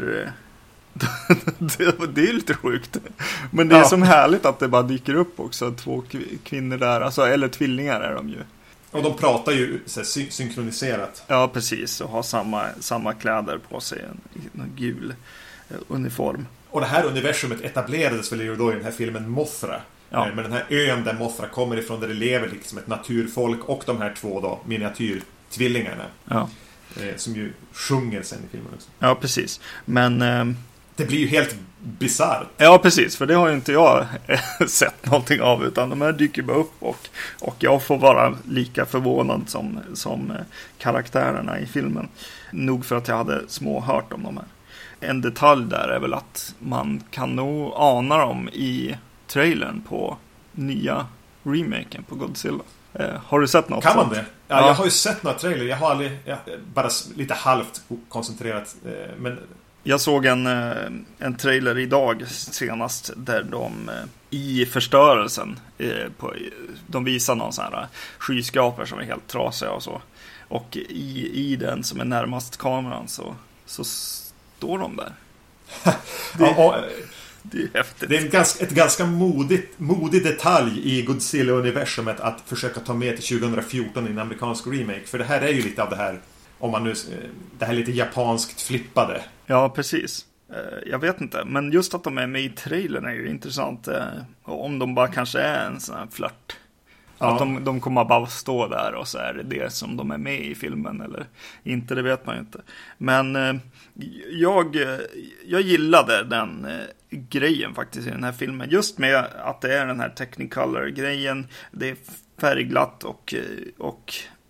det, det är lite sjukt. Men det är ja. som härligt att det bara dyker upp också två kvinnor där, alltså, eller tvillingar är de ju. Och de pratar ju så här, sy- synkroniserat. Ja, precis. Och har samma, samma kläder på sig. En, en gul eh, uniform. Och det här universumet etablerades väl ju då i den här filmen Mothra. Ja. Men den här ön där Mothra kommer ifrån, där det lever liksom ett naturfolk. Och de här två då, miniatyrtvillingarna. Ja. Eh, som ju sjunger sen i filmen också. Ja, precis. Men... Eh... det blir ju helt bizarrt. Ja, precis. För det har ju inte jag sett någonting av. Utan de här dyker bara upp. Och, och jag får vara lika förvånad som, som karaktärerna i filmen. Nog för att jag hade små hört om de här. En detalj där är väl att man kan nog ana dem i trailern på nya remaken på Godzilla. Eh, har du sett något? Kan man det? Ja, ja, jag har ju sett några trailer. Jag har aldrig, jag, bara lite halvt koncentrerat. Eh, men... Jag såg en, en trailer idag senast där de i förstörelsen på, de visar någon sån här skyskrapor som är helt trasiga och så. Och i, i den som är närmast kameran så, så står de där. Det, ja, det är häftigt. Det är en ganska, ett ganska modigt, modig detalj i Godzilla-universumet att försöka ta med till tjugohundrafjorton i en amerikansk remake. För det här är ju lite av det här, om man nu, det här lite japanskt flippade. Ja, precis. Jag vet inte. Men just att de är med i trailern är ju intressant. Om de bara kanske är en sån här flört. Ja. Att de, de kommer bara stå där och så är det det som de är med i filmen. Eller inte, det vet man ju inte. Men jag, jag gillade den grejen faktiskt i den här filmen. Just med att det är den här Technicolor-grejen. Det är färgglatt och... och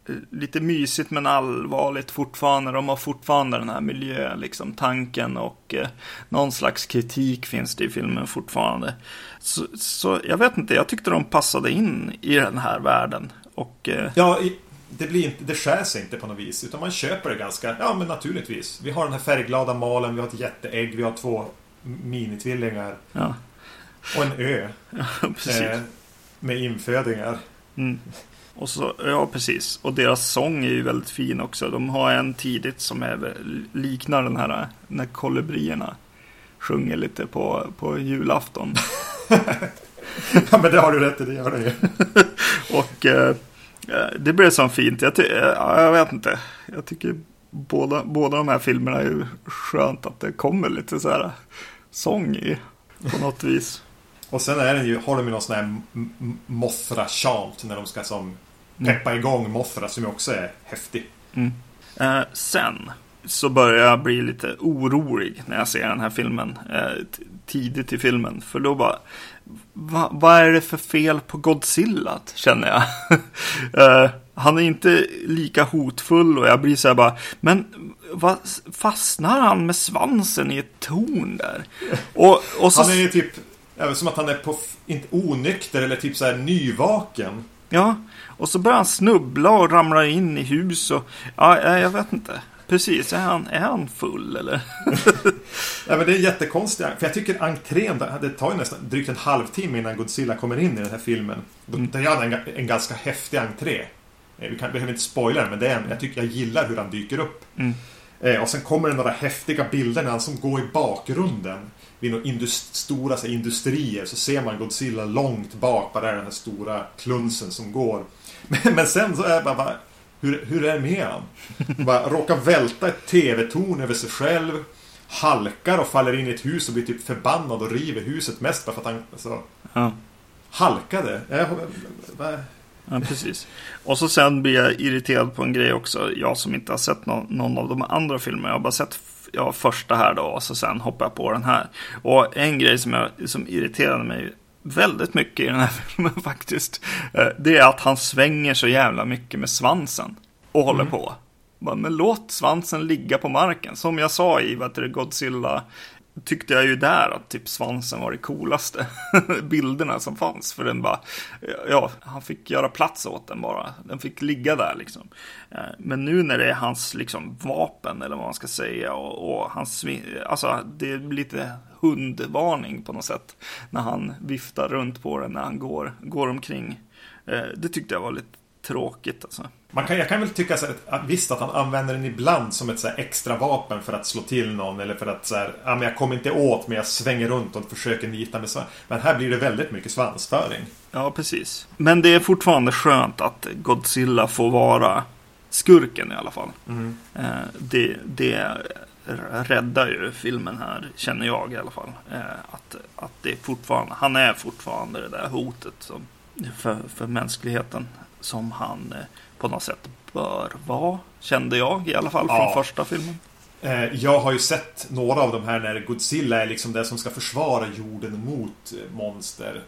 lite mysigt men allvarligt fortfarande. De har fortfarande den här miljö, liksom tanken och eh, någon slags kritik finns det i filmen fortfarande. Så, så jag vet inte, jag tyckte de passade in i den här världen. Och, eh, ja, det, blir inte, det skär sig inte på något vis, utan man köper det ganska, ja men naturligtvis. Vi har den här färgglada malen, vi har ett jätteägg, vi har två minitvillingar. Ja. Och en ö. Ja, precis. Eh, med infödingar. Mm. Och så, ja, precis. Och deras sång är ju väldigt fin också. De har en tidigt som är, liknar den här när kolibrierna sjunger lite på, på julafton. Ja, men det har du rätt i, det gör det ju. Och eh, det blir så fint. Jag, ty- ja, jag vet inte. Jag tycker båda, båda de här filmerna är ju skönt att det kommer lite så här sång i på något vis. Och sen är den ju, har de ju någon sån här Mothra-chant när de ska som peppa igång Mothra, som ju också är häftig. Mm. Eh, sen så börjar jag bli lite orolig när jag ser den här filmen eh, t- tidigt i filmen. För då bara, va, vad är det för fel på Godzilla, känner jag. eh, han är inte lika hotfull och jag blir så här bara, men vad, fastnar han med svansen i ett torn där? Och, och så, han är ju typ som att han är på, inte onykter eller typ så här nyvaken. Ja, och så börjar han snubbla och ramla in i hus och ja, jag vet inte. Precis, är han, är han full eller? Ja, men det är jättekonstigt. För jag tycker entrén, det tar ju nästan drygt en halvtimme innan Godzilla kommer in i den här filmen. Mm. Det är en, en ganska häftig entré. Vi kan, behöver inte spoila den, men det är en, jag tycker jag gillar hur han dyker upp. Mm. Eh, och sen kommer det några häftiga bilder när han som går i bakgrunden vid några indust- stora så här, industrier, så ser man Godzilla långt bak, bara den här stora klunsen som går. Men, men sen så är det bara, bara hur, hur är det med han? Bara råkar välta ett tv-torn över sig själv, halkar och faller in i ett hus och blir typ förbannad och river huset mest bara för att han alltså, ja. halkade. Jag, bara, Ja, precis. Och så sen blir jag irriterad på en grej också. Jag som inte har sett någon, någon av de andra filmerna. Jag har bara sett ja, första här då. Och så sen hoppar jag på den här. Och en grej som, jag, som irriterade mig väldigt mycket i den här filmen faktiskt. Det är att han svänger så jävla mycket med svansen. Och håller mm. på. Men låt svansen ligga på marken. Som jag sa i vad det Godzilla... tyckte jag ju där att typ svansen var det coolaste bilderna som fanns, för den bara, ja, han fick göra plats åt den bara, den fick ligga där liksom. Men nu när det är hans liksom vapen eller vad man ska säga och, och hans, alltså det är lite hundvarning på något sätt när han viftar runt på den när han går, går omkring. Det tyckte jag var lite tråkigt alltså. Man kan, jag kan väl tycka så att, visst att han använder den ibland som ett så här extra vapen för att slå till någon, eller för att så här, ja, men jag kommer inte åt men jag svänger runt och försöker nita med svans. Men här blir det väldigt mycket svansföring. Ja, precis. Men det är fortfarande skönt att Godzilla får vara skurken i alla fall. Mm. Det, det räddar ju filmen här, känner jag i alla fall. Att, att det är fortfarande, han är fortfarande det där hotet som, för, för mänskligheten som han på något sätt bör vara, kände jag i alla fall från ja. första filmen. Jag har ju sett några av de här när Godzilla är liksom det som ska försvara jorden mot monster.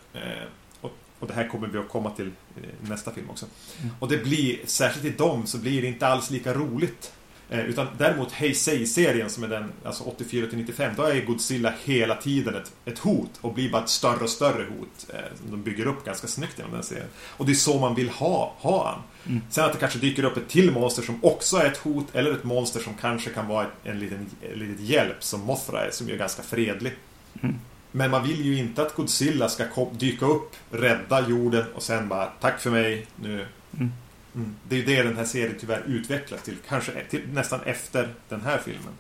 Och det här kommer vi att komma till i nästa film också. Mm. Och det blir, särskilt i dem så blir det inte alls lika roligt. Utan däremot Heisei-serien som är den, alltså åttiofyra till nittiofem, då är Godzilla hela tiden ett, ett hot och blir bara ett större och större hot eh, som de bygger upp ganska snyggt genom den serien. Och det är så man vill ha, ha han. Mm. Sen att det kanske dyker upp ett till monster som också är ett hot, eller ett monster som kanske kan vara en liten, en liten hjälp som Mothra är, som är ganska fredlig. Mm. Men man vill ju inte att Godzilla ska kom, dyka upp, rädda jorden och sen bara, tack för mig, nu... Mm. Mm. Det är ju det den här serien tyvärr utvecklas till. Kanske till, nästan efter den här filmen.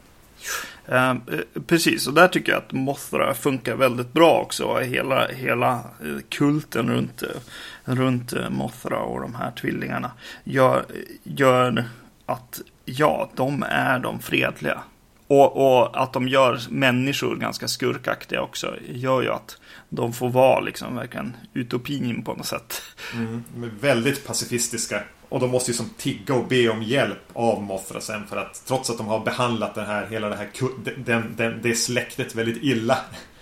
Eh, precis, och där tycker jag att Mothra funkar väldigt bra också. Hela, hela kulten runt, runt Mothra och de här tvillingarna gör, gör att ja, de är de fredliga. Och, och att de gör människor ganska skurkaktiga också gör ju att de får vara liksom verkligen utopin på något sätt. Mm, de är väldigt pacifistiska. Och de måste ju som tigga och be om hjälp av Mothra sen, för att trots att de har behandlat den här, hela det här den, den, det släktet väldigt illa,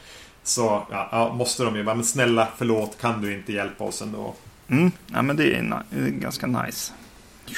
så ja, måste de ju bara, men snälla förlåt, kan du inte hjälpa oss ändå? Mm, ja men det är, det är ganska nice.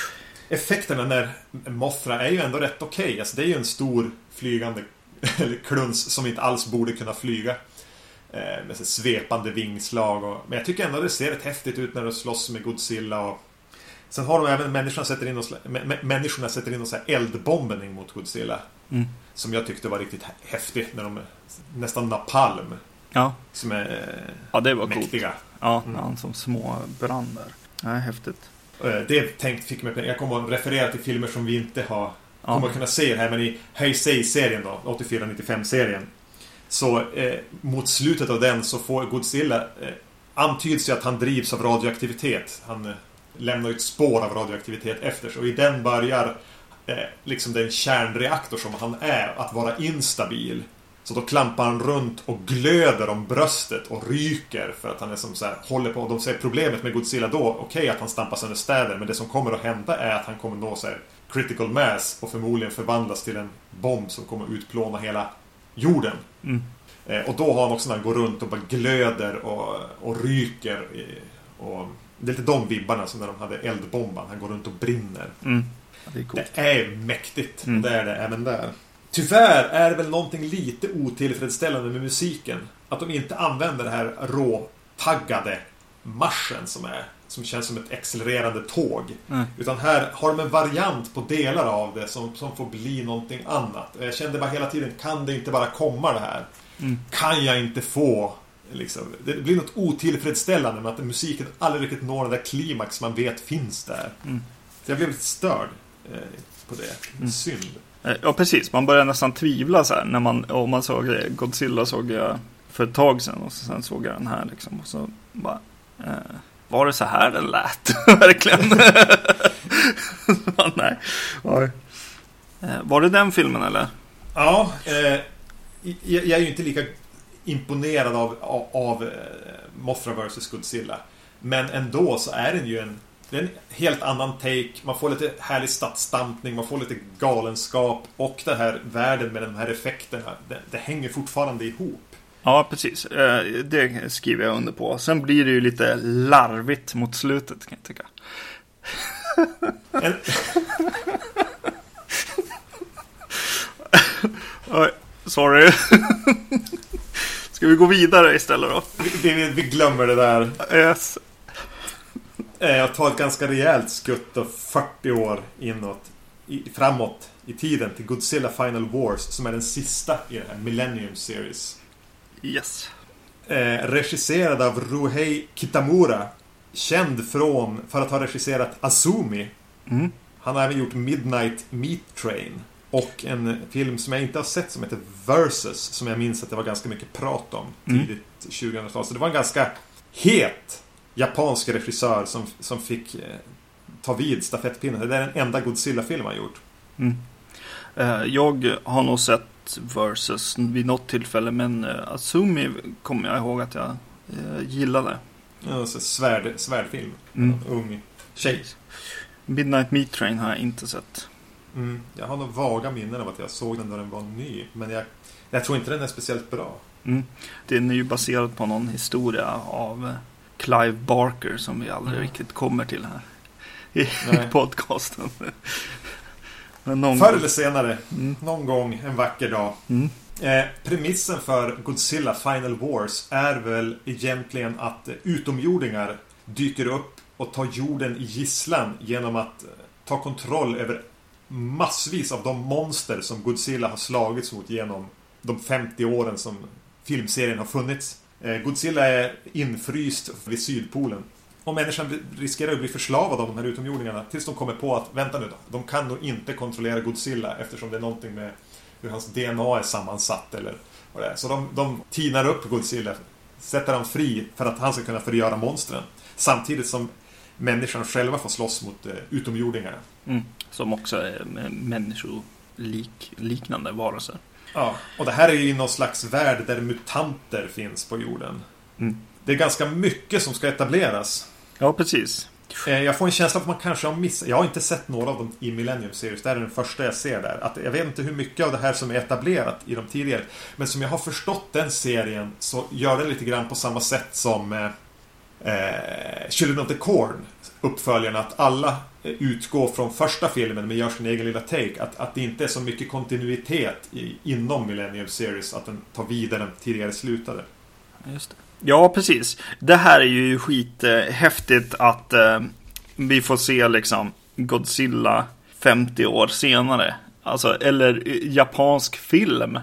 effekterna när Mothra är ju ändå rätt okej. Okay. Alltså det är ju en stor flygande kluns som inte alls borde kunna flyga. Eh, med så svepande vingslag. Och, men jag tycker ändå det ser rätt häftigt ut när de slåss med Godzilla. Och, sen har de även människorna sätter in och, människorna sätter in och så här eldbombning mot Godzilla. Mm. Som jag tyckte var riktigt häftigt när de nästan napalm. Ja. Som är ja, det var mäktiga. Coolt. Ja, mm. han som små brander. Ja, häftigt. Det tänkt fick mig. Jag kommer att referera till filmer som vi inte har ja. kommer att kunna se här, men i Heisei-serien då, åttiofyra nittiofem-serien. Så eh, mot slutet av den så får Godzilla eh, antyds ju att han drivs av radioaktivitet. Han eh, lämnar ett spår av radioaktivitet efter sig. Och i den börjar eh, liksom den kärnreaktor som han är att vara instabil. Så då klampar han runt och glöder om bröstet och ryker för att han är som så här, håller på. Och de säger problemet med Godzilla då, okej okay, att han stampas under städer, men det som kommer att hända är att han kommer nå så här critical mass och förmodligen förvandlas till en bomb som kommer att utplåna hela jorden. Mm. Eh, och då har han också när han går runt och bara glöder och, och ryker. Och det är lite de vibbarna som när de hade eldbomban. Han går runt och brinner. Mm. Ja, det är coolt. Det är mäktigt. Mm. Det är det även där. Tyvärr är det väl någonting lite otillfredsställande med musiken. Att de inte använder det här råtaggade marschen som är som känns som ett accelererande tåg. Mm. Utan här har de en variant på delar av det som, som får bli någonting annat. Jag kände bara hela tiden, kan det inte bara komma det här? Mm. Kan jag inte få liksom, det blir något otillfredsställande med att musiken aldrig riktigt når den där klimax man vet finns där. Mm. Så jag blev lite störd eh, på det. Mm. Synd. Ja, precis. Man börjar nästan tvivla så här när man, och man såg Godzilla såg jag för ett tag sedan och sen såg jag den här liksom och så bara eh, var det så här den lät? Verkligen. Nej. Oj. Eh, var det den filmen eller? Ja, eh, jag, jag är ju inte lika imponerad av, av, av eh, Mothra versus Godzilla. Men ändå så är den ju en Det är en helt annan take. Man får lite härlig stadsstampning. Man får lite galenskap. Och den här världen med de här effekterna. Det, det hänger fortfarande ihop. Ja, precis. Det skriver jag under på. Sen blir det ju lite larvigt mot slutet, kan jag tycka. En... Oj, sorry. Ska vi gå vidare istället då? Vi, vi, vi glömmer det där. Yes. Jag tar ett ganska rejält skutt av fyrtio år inåt, i, framåt i tiden till Godzilla Final Wars, som är den sista i den här Millennium Series. Yes. Eh, regisserad av Ruhei Kitamura, känd från för att ha regisserat Azumi. Mm. Han har även gjort Midnight Meat Train och en film som jag inte har sett som heter Versus, som jag minns att det var ganska mycket prat om tidigt mm. tjugohundratal. Så det var en ganska het japansk regissör som, som fick eh, ta vid stafettpinnen. Det är den enda Godzilla-film han gjort. Mm. Uh, jag har nog sett Versus vid något tillfälle, men uh, Azumi kommer jag ihåg att jag uh, gillade. Ja, så svärd, svärdfilm. Mm. Ung tjej. Midnight Meat Train har jag inte sett. Mm. Jag har nog vaga minnen av att jag såg den när den var ny, men jag, jag tror inte den är speciellt bra. Mm. Den är ju baserad på någon historia av uh, Clive Barker som vi aldrig mm. riktigt kommer till här i Nej. podcasten. Men någon Förr eller senare, mm. någon gång, en vacker dag. Mm. Eh, premissen för Godzilla Final Wars är väl egentligen att utomjordingar dyker upp och tar jorden i gisslan genom att ta kontroll över massvis av de monster som Godzilla har slagits mot genom de femtio åren som filmserien har funnits. Godzilla är infryst vid Sydpolen. Och människan riskerar att bli förslavad av de här utomjordingarna tills de kommer på att, vänta nu då, de kan nog inte kontrollera Godzilla eftersom det är någonting med hur hans D N A är sammansatt eller vad det är. Så de, de tinar upp Godzilla, sätter han fri för att han ska kunna förgöra monstren. Samtidigt som människan själva får slåss mot uh, utomjordingarna. Mm. Som också är människolik, liknande varelser. Ja, och det här är ju någon slags värld där mutanter finns på jorden. Mm. Det är ganska mycket som ska etableras. Ja, precis. Jag får en känsla av att man kanske har missat. Jag har inte sett några av dem i Millennium Series. Det är den första jag ser där. Att jag vet inte hur mycket av det här som är etablerat i de tidigare. Men som jag har förstått den serien så gör den lite grann på samma sätt som eh, Children of the Corn, uppföljarna. Att alla utgår från första filmen men gör sin egen lilla take. Att, att det inte är så mycket kontinuitet i, inom Millennium Series, att den tar vidare än tidigare slutade. Just det. Ja, precis. Det här är ju skithäftigt att eh, vi får se liksom Godzilla femtio år senare. Alltså, eller japansk film.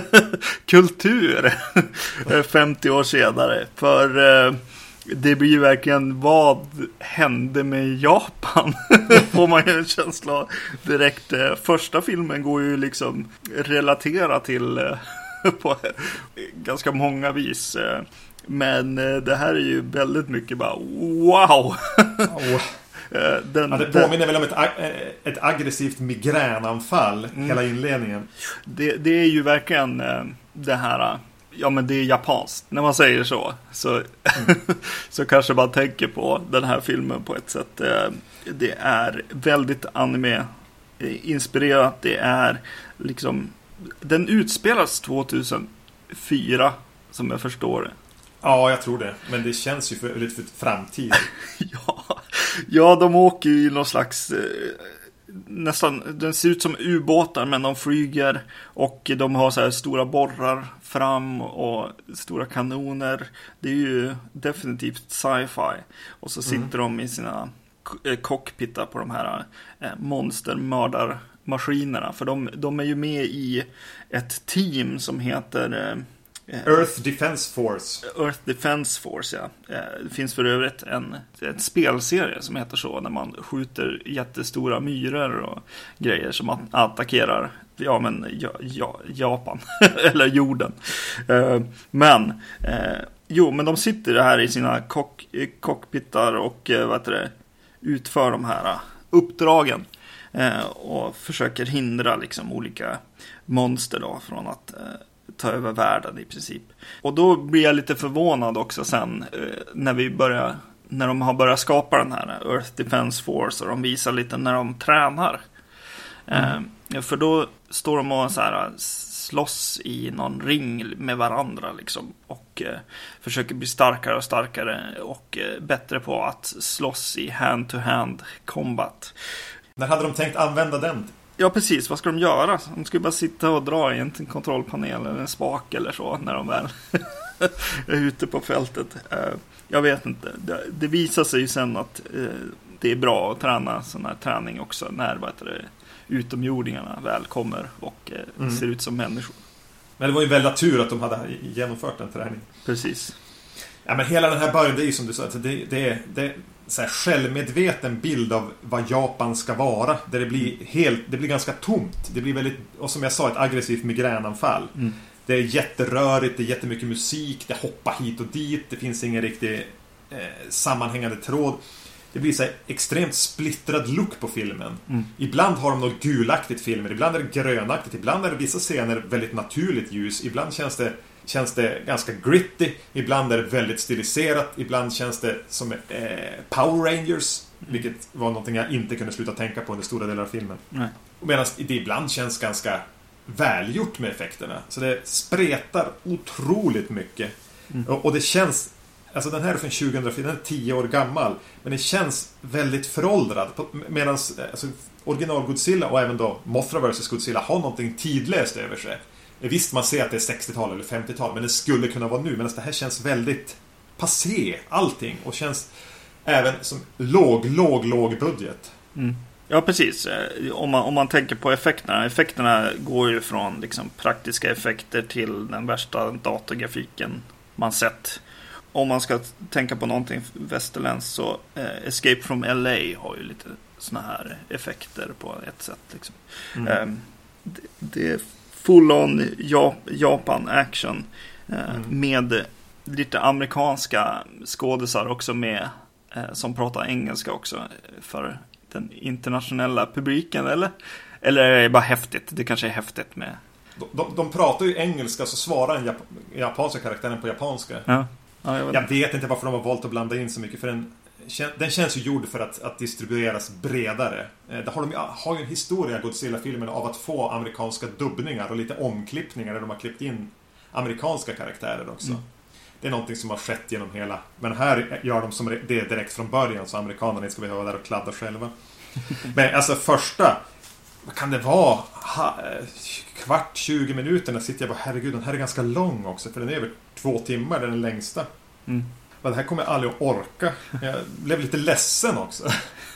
Kultur. femtio år senare. För eh, det blir ju verkligen, vad hände med Japan? Får man ju en känsla direkt. Eh, första filmen går ju liksom relatera till eh, på ganska många vis. Eh, men eh, det här är ju väldigt mycket bara wow. Oh. Den, ja, det påminner den, väl om ett, ag- ett aggressivt migränanfall, mm. hela inledningen. Det, det är ju verkligen eh, det här, ja men det är japanskt. När man säger så så, mm. så kanske man tänker på den här filmen på ett sätt. Eh, det är väldigt anime-inspirerat. Det är liksom, den utspelas tvåtusenfyra som jag förstår det. Ja, jag tror det. Men det känns ju för, lite för framtid. ja. ja, de åker ju i någon slags eh, nästan, den ser ut som ubåtar, men de flyger och de har så här stora borrar fram och stora kanoner. Det är ju definitivt sci-fi. Och så sitter mm. de i sina cockpitar på de här eh, monstermördarmaskinerna. För de, de är ju med i ett team som heter... Eh, Earth Defense Force. Earth Defense Force, ja. Det finns för övrigt en, en spelserie som heter så, när man skjuter jättestora myror och grejer som att attackerar ja, men, ja, ja, Japan eller jorden. Men eh, jo, men de sitter här i sina cock, cockpitar och vad heter det, utför de här uppdragen eh, och försöker hindra liksom olika monster då från att eh, ta över världen i princip. Och då blir jag lite förvånad också sen eh, när vi börjar, när de har börjat skapa den här Earth Defense Force och de visar lite när de tränar. Mm. Eh, för då står de och så här slåss i någon ring med varandra liksom, och eh, försöker bli starkare och starkare och eh, bättre på att slåss i hand-to-hand combat. När hade de tänkt använda den? Ja, precis. Vad ska de göra? De ska bara sitta och dra i en kontrollpanel eller en spak eller så när de väl är ute på fältet. Jag vet inte. Det visar sig ju sen att det är bra att träna sån här träning också när vad heter det, utomjordingarna väl kommer och mm. ser ut som människor. Men det var ju väldigt tur att de hade genomfört en träning. Precis. Ja, men hela den här början, det är ju som du sa, att det, det är... Det så här självmedveten bild av vad Japan ska vara, där det blir helt, det blir ganska tomt. Det blir väldigt, och som jag sa, ett aggressivt migränanfall. Mm. Det är jätterörigt, det är jättemycket musik, det hoppar hit och dit, det finns ingen riktig eh, sammanhängande tråd. Det blir så här extremt splittrad look på filmen. Mm. Ibland har de något gulaktigt filmer, ibland är det grönaktigt, ibland är det vissa scener väldigt naturligt ljus, ibland känns det känns det ganska gritty, ibland är det väldigt stiliserat, ibland känns det som eh, Power Rangers, vilket var någonting jag inte kunde sluta tänka på under stora delar av filmen. Nej. Medan det ibland känns ganska välgjort med effekterna. Så det spretar otroligt mycket. Mm. Och, och det känns, alltså den här är från tjugohundrafyra, den är tio år gammal, men det känns väldigt föråldrad. Medan alltså, original Godzilla och även då Mothra versus Godzilla har någonting tidlöst över sig. Visst, man ser att det är sextiotal eller femtiotal, men det skulle kunna vara nu. Men det här känns väldigt passé, allting. Och känns även som låg, låg, låg budget. Mm. Ja, precis. Om man, om man tänker på effekterna. Effekterna går ju från liksom, praktiska effekter till den värsta datorgrafiken man sett. Om man ska tänka på någonting västerländskt så eh, Escape from L A har ju lite såna här effekter på ett sätt. Liksom. Mm. Eh, det, det är full on Japan action eh, mm. med lite amerikanska skådisar också med eh, som pratar engelska också för den internationella publiken, eller? Eller är det bara häftigt? Det kanske är häftigt med... De, de, de pratar ju engelska, så svarar den jap- japanska karaktären på japanska. Ja. Ja, jag, vet. jag vet inte varför de har valt att blanda in så mycket, för den, den känns ju gjord för att, att distribueras bredare. Det har, de, har ju en historia, Godzilla-filmen, av att få amerikanska dubbningar och lite omklippningar där de har klippt in amerikanska karaktärer också. Mm. Det är någonting som har skett genom hela. Men här gör de som det direkt från början, så amerikanerna inte ska behöva vara där och kladda själva. Men alltså första, vad kan det vara? Ha, kvart, tjugo minuter när sitter jag bara, herregud, den här är ganska lång också. För den är över två timmar, den är den längsta. Mm. Men det här kommer jag aldrig att orka. Jag blev lite ledsen också.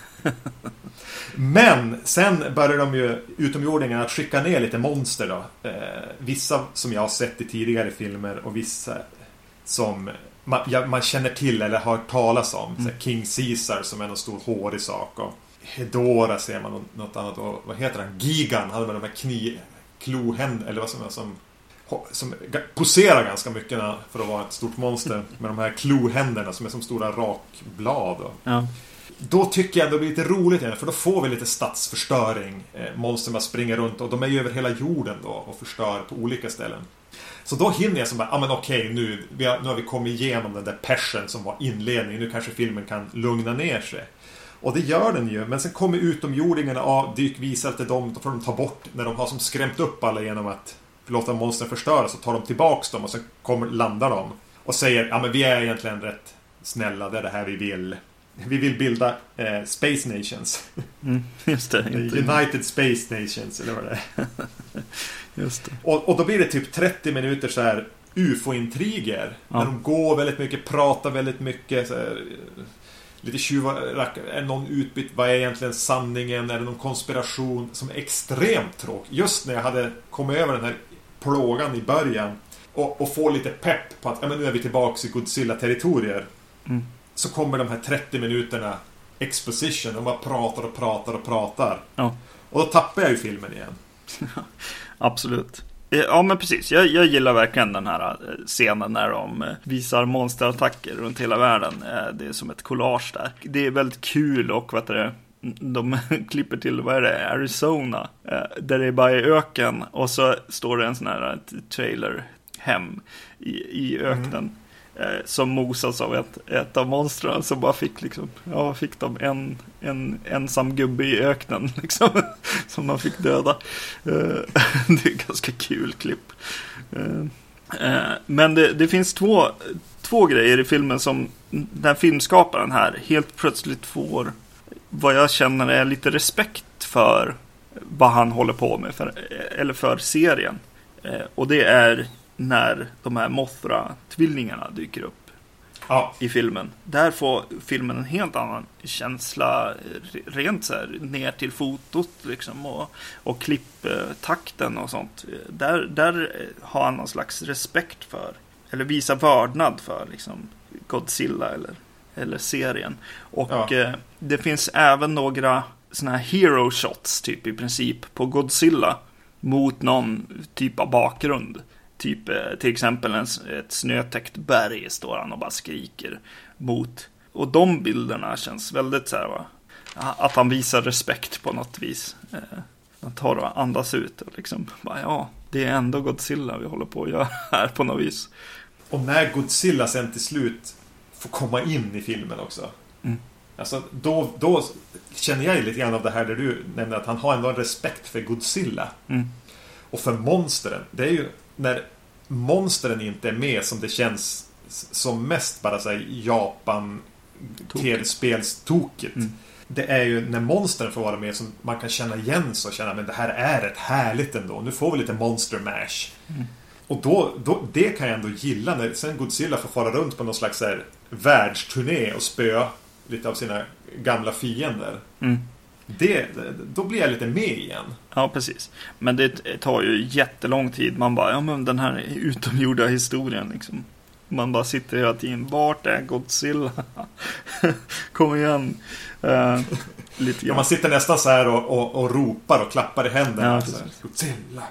Men sen började de ju utomjordingarna att skicka ner lite monster då. Eh, vissa som jag har sett i tidigare filmer och vissa som man, ja, man känner till eller har hört talas om. Mm. King Caesar som är en stor hårig sak, och Hedora ser man något annat, och vad heter han? Gigan hade med de här kni klohänder eller vad som är som som poserar ganska mycket för att vara ett stort monster med de här klohänderna som är som stora rakblad. Och. Ja. Då tycker jag det blir lite roligt igen, för då får vi lite stadsförstöring. Eh, monsterna springer runt och de är ju över hela jorden då och förstör på olika ställen. Så då hinner jag som bara, ja ah, men okej, okay, nu, vi har, nu har vi kommit igenom den där passion som var inledningen. Nu kanske filmen kan lugna ner sig. Och det gör den ju, men sen kommer utomjordingarna och dyk visar till dem, då får de ta bort när de har som skrämt upp alla genom att låta monstren förstöra, så tar de tillbaks dem och så kommer, landar de och säger, ja men vi är egentligen rätt snälla, det är det här vi vill. Vi vill bilda eh, Space Nations. Mm, just det. United Space Nations, eller vad det är. Just det. Och, och då blir det typ trettio minuter så här U F O-intriger. Ja. Där de går väldigt mycket, pratar väldigt mycket så här, lite tjuvar, är någon utbytt, vad är egentligen sanningen, är det någon konspiration som är extremt tråkig. Just när jag hade kommit över den här plågan i början och, och få lite pepp på att ja, men nu är vi tillbaka i Godzilla-territorier. Mm. Så kommer de här trettio minuterna exposition, de bara pratar och pratar och pratar. Ja. Och då tappar jag ju filmen igen. Absolut. Ja men precis, jag, jag gillar verkligen den här scenen när de visar monsterattacker runt hela världen. Det är som ett collage där. Det är väldigt kul, och vad är det? De klipper till, vad är det, Arizona, där det är bara i öken, och så står det en sån här trailer hem i, i öknen. Mm. Som mosas av ett, ett av monstren som bara fick liksom, ja, fick de en, en ensam gubbe i öknen liksom, som man fick döda. Det är ganska kul klipp. Men det, det finns två, två grejer i filmen som den filmskaparen här helt plötsligt får, vad jag känner är lite respekt för vad han håller på med för, eller för serien. Och det är när de här Mothra-tvillingarna dyker upp ja. i filmen. Där får filmen en helt annan känsla, rent så här, ner till fotot liksom, och, och klipptakten och sånt. Där, där har han någon slags respekt för, eller visar vördnad för liksom, Godzilla eller, eller serien. Och ja. eh, det finns även några såna här hero shots typ i princip på Godzilla mot någon typ av bakgrund. Typ till exempel en, ett snötäckt berg står han och bara skriker mot. Och de bilderna känns väldigt så här, va? Att han visar respekt på något vis. Han tar och andas ut och liksom bara, ja, det är ändå Godzilla vi håller på att göra här på något vis. Och när Godzilla sen till slut får komma in i filmen också. Mm. Alltså då, då känner jag lite grann av det här där du nämnde att han har ändå en respekt för Godzilla. Mm. Och för monstren. Det är ju när monstren inte är med som det känns som mest bara så här Japan tv-spelstokigt. Mm. Det är ju när monstren får vara med som man kan känna igen så och känna men det här är rätt härligt ändå. Nu får vi lite monster mash. Mm. Och då, då, det kan jag ändå gilla när sen Godzilla får fara runt på någon slags så här världsturné och spöa lite av sina gamla fiender. Mm. Det, då blir jag lite med igen. Ja, precis. Men det tar ju jättelång tid. Man bara, ja men den här utomjorda historien liksom. Man bara sitter hela tiden, vart är Godzilla? Kom igen. Uh, lite ja, man sitter nästan så här och, och, och ropar och klappar i händerna. Ja, Godzilla.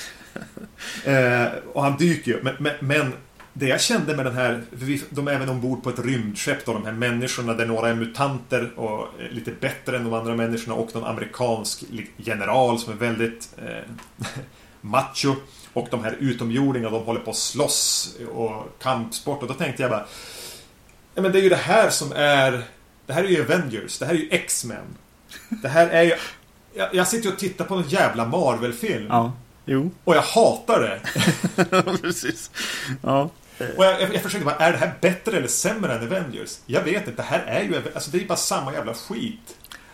uh, och han dyker ju. Men, men, men det jag kände med den här, de är även ombord på ett rymdskepp då, de här människorna där några är mutanter och lite bättre än de andra människorna, och någon amerikansk general som är väldigt eh, macho, och de här utomjordingarna, de håller på att slåss och kampsport, och då tänkte jag bara ja, men det är ju det här som är, det här är ju Avengers, det här är ju X-Men, det här är ju, jag, jag sitter och tittar på en jävla Marvel-film. Ja. Jo. Och jag hatar det. Precis. Ja. Och jag, jag, jag försökte bara, är det här bättre eller sämre än Avengers? Jag vet inte, det här är ju, alltså det är bara samma jävla skit.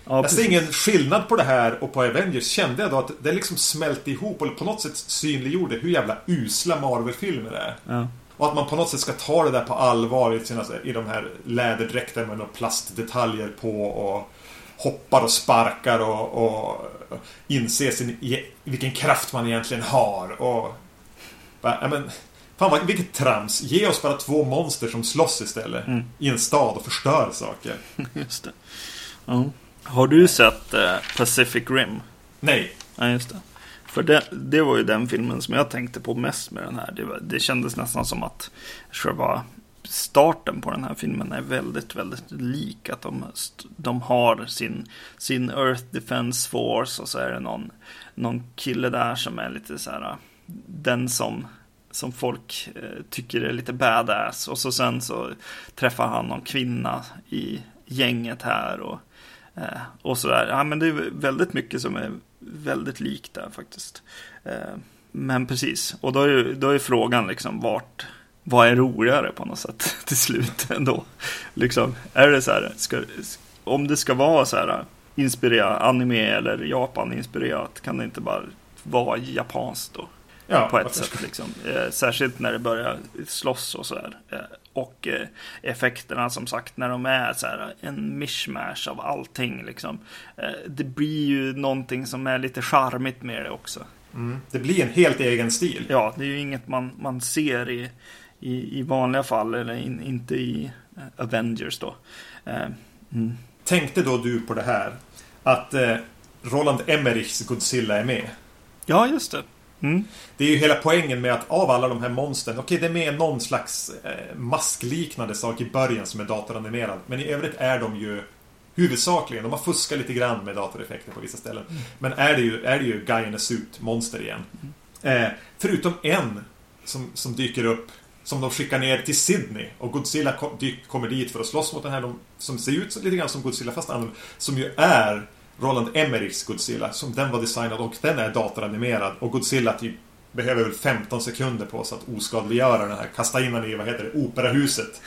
Ja, jag ser ingen skillnad på det här och på Avengers. Kände jag då att det liksom smälte ihop eller på något sätt synliggjorde hur jävla usla Marvel-filmer det är. Ja. Och att man på något sätt ska ta det där på allvar i, sina, i de här läderdräkterna med några plastdetaljer på och hoppar och sparkar och, och inser sin, vilken kraft man egentligen har. Och bara, ja, men, fan vad, vilket trams. Ge oss bara två monster som slåss istället mm. i en stad och förstör saker. Just det. Ja. Har du sett eh, Pacific Rim? Nej. Ja, just det. För det, det var ju den filmen som jag tänkte på mest med den här. Det, var, det kändes nästan som att själva starten på den här filmen är väldigt, väldigt lik. Att de, de har sin, sin Earth Defense Force och så är det någon, någon kille där som är lite så här, den som, som folk eh, tycker är lite badass. Och så sen så träffar han någon kvinna i gänget här och Eh, och sådär. Ja, men det är väldigt mycket som är väldigt likt där faktiskt. Eh, men precis. Och då är, ju, då är frågan liksom vart, vad är roligare på något sätt till slut ändå. Liksom, är det så här, ska, om det ska vara så här inspirerat anime eller Japan-inspirerat, kan det inte bara vara japanskt då? Ja, på ett sätt liksom. Eh, särskilt när det börjar slåss och sådär. Eh, och eh, effekterna som sagt när de är så här, en mishmash av allting liksom. Eh, det blir ju någonting som är lite charmigt med det också. Mm. Det blir en helt egen stil. Ja, det är ju inget man, man ser i, i, i vanliga fall eller in, inte i eh, Avengers då. Eh, mm. Tänkte då du på det här att eh, Roland Emmerichs Godzilla är med? Ja, just det. Mm. Det är ju hela poängen med att av alla de här monstren, okej, det är med någon slags eh, maskliknande sak i början som är datoranimerad, men i övrigt är de ju huvudsakligen, de har fuskat lite grann med datoreffekter på vissa ställen, mm. men är det ju, är det ju Guy in a Suit monster igen. Mm. Eh, förutom en som, som dyker upp som de skickar ner till Sydney, och Godzilla kom, dyk, kommer dit för att slåss mot den här, de, som ser ut lite grann som Godzilla fast annorlunda, som ju är Roland Emmerichs Godzilla, som den var designad och den är datoranimerad, och Godzilla typ behöver väl femton sekunder på sig att oskadliggöra den här, kasta in den i, vad heter det, operahuset.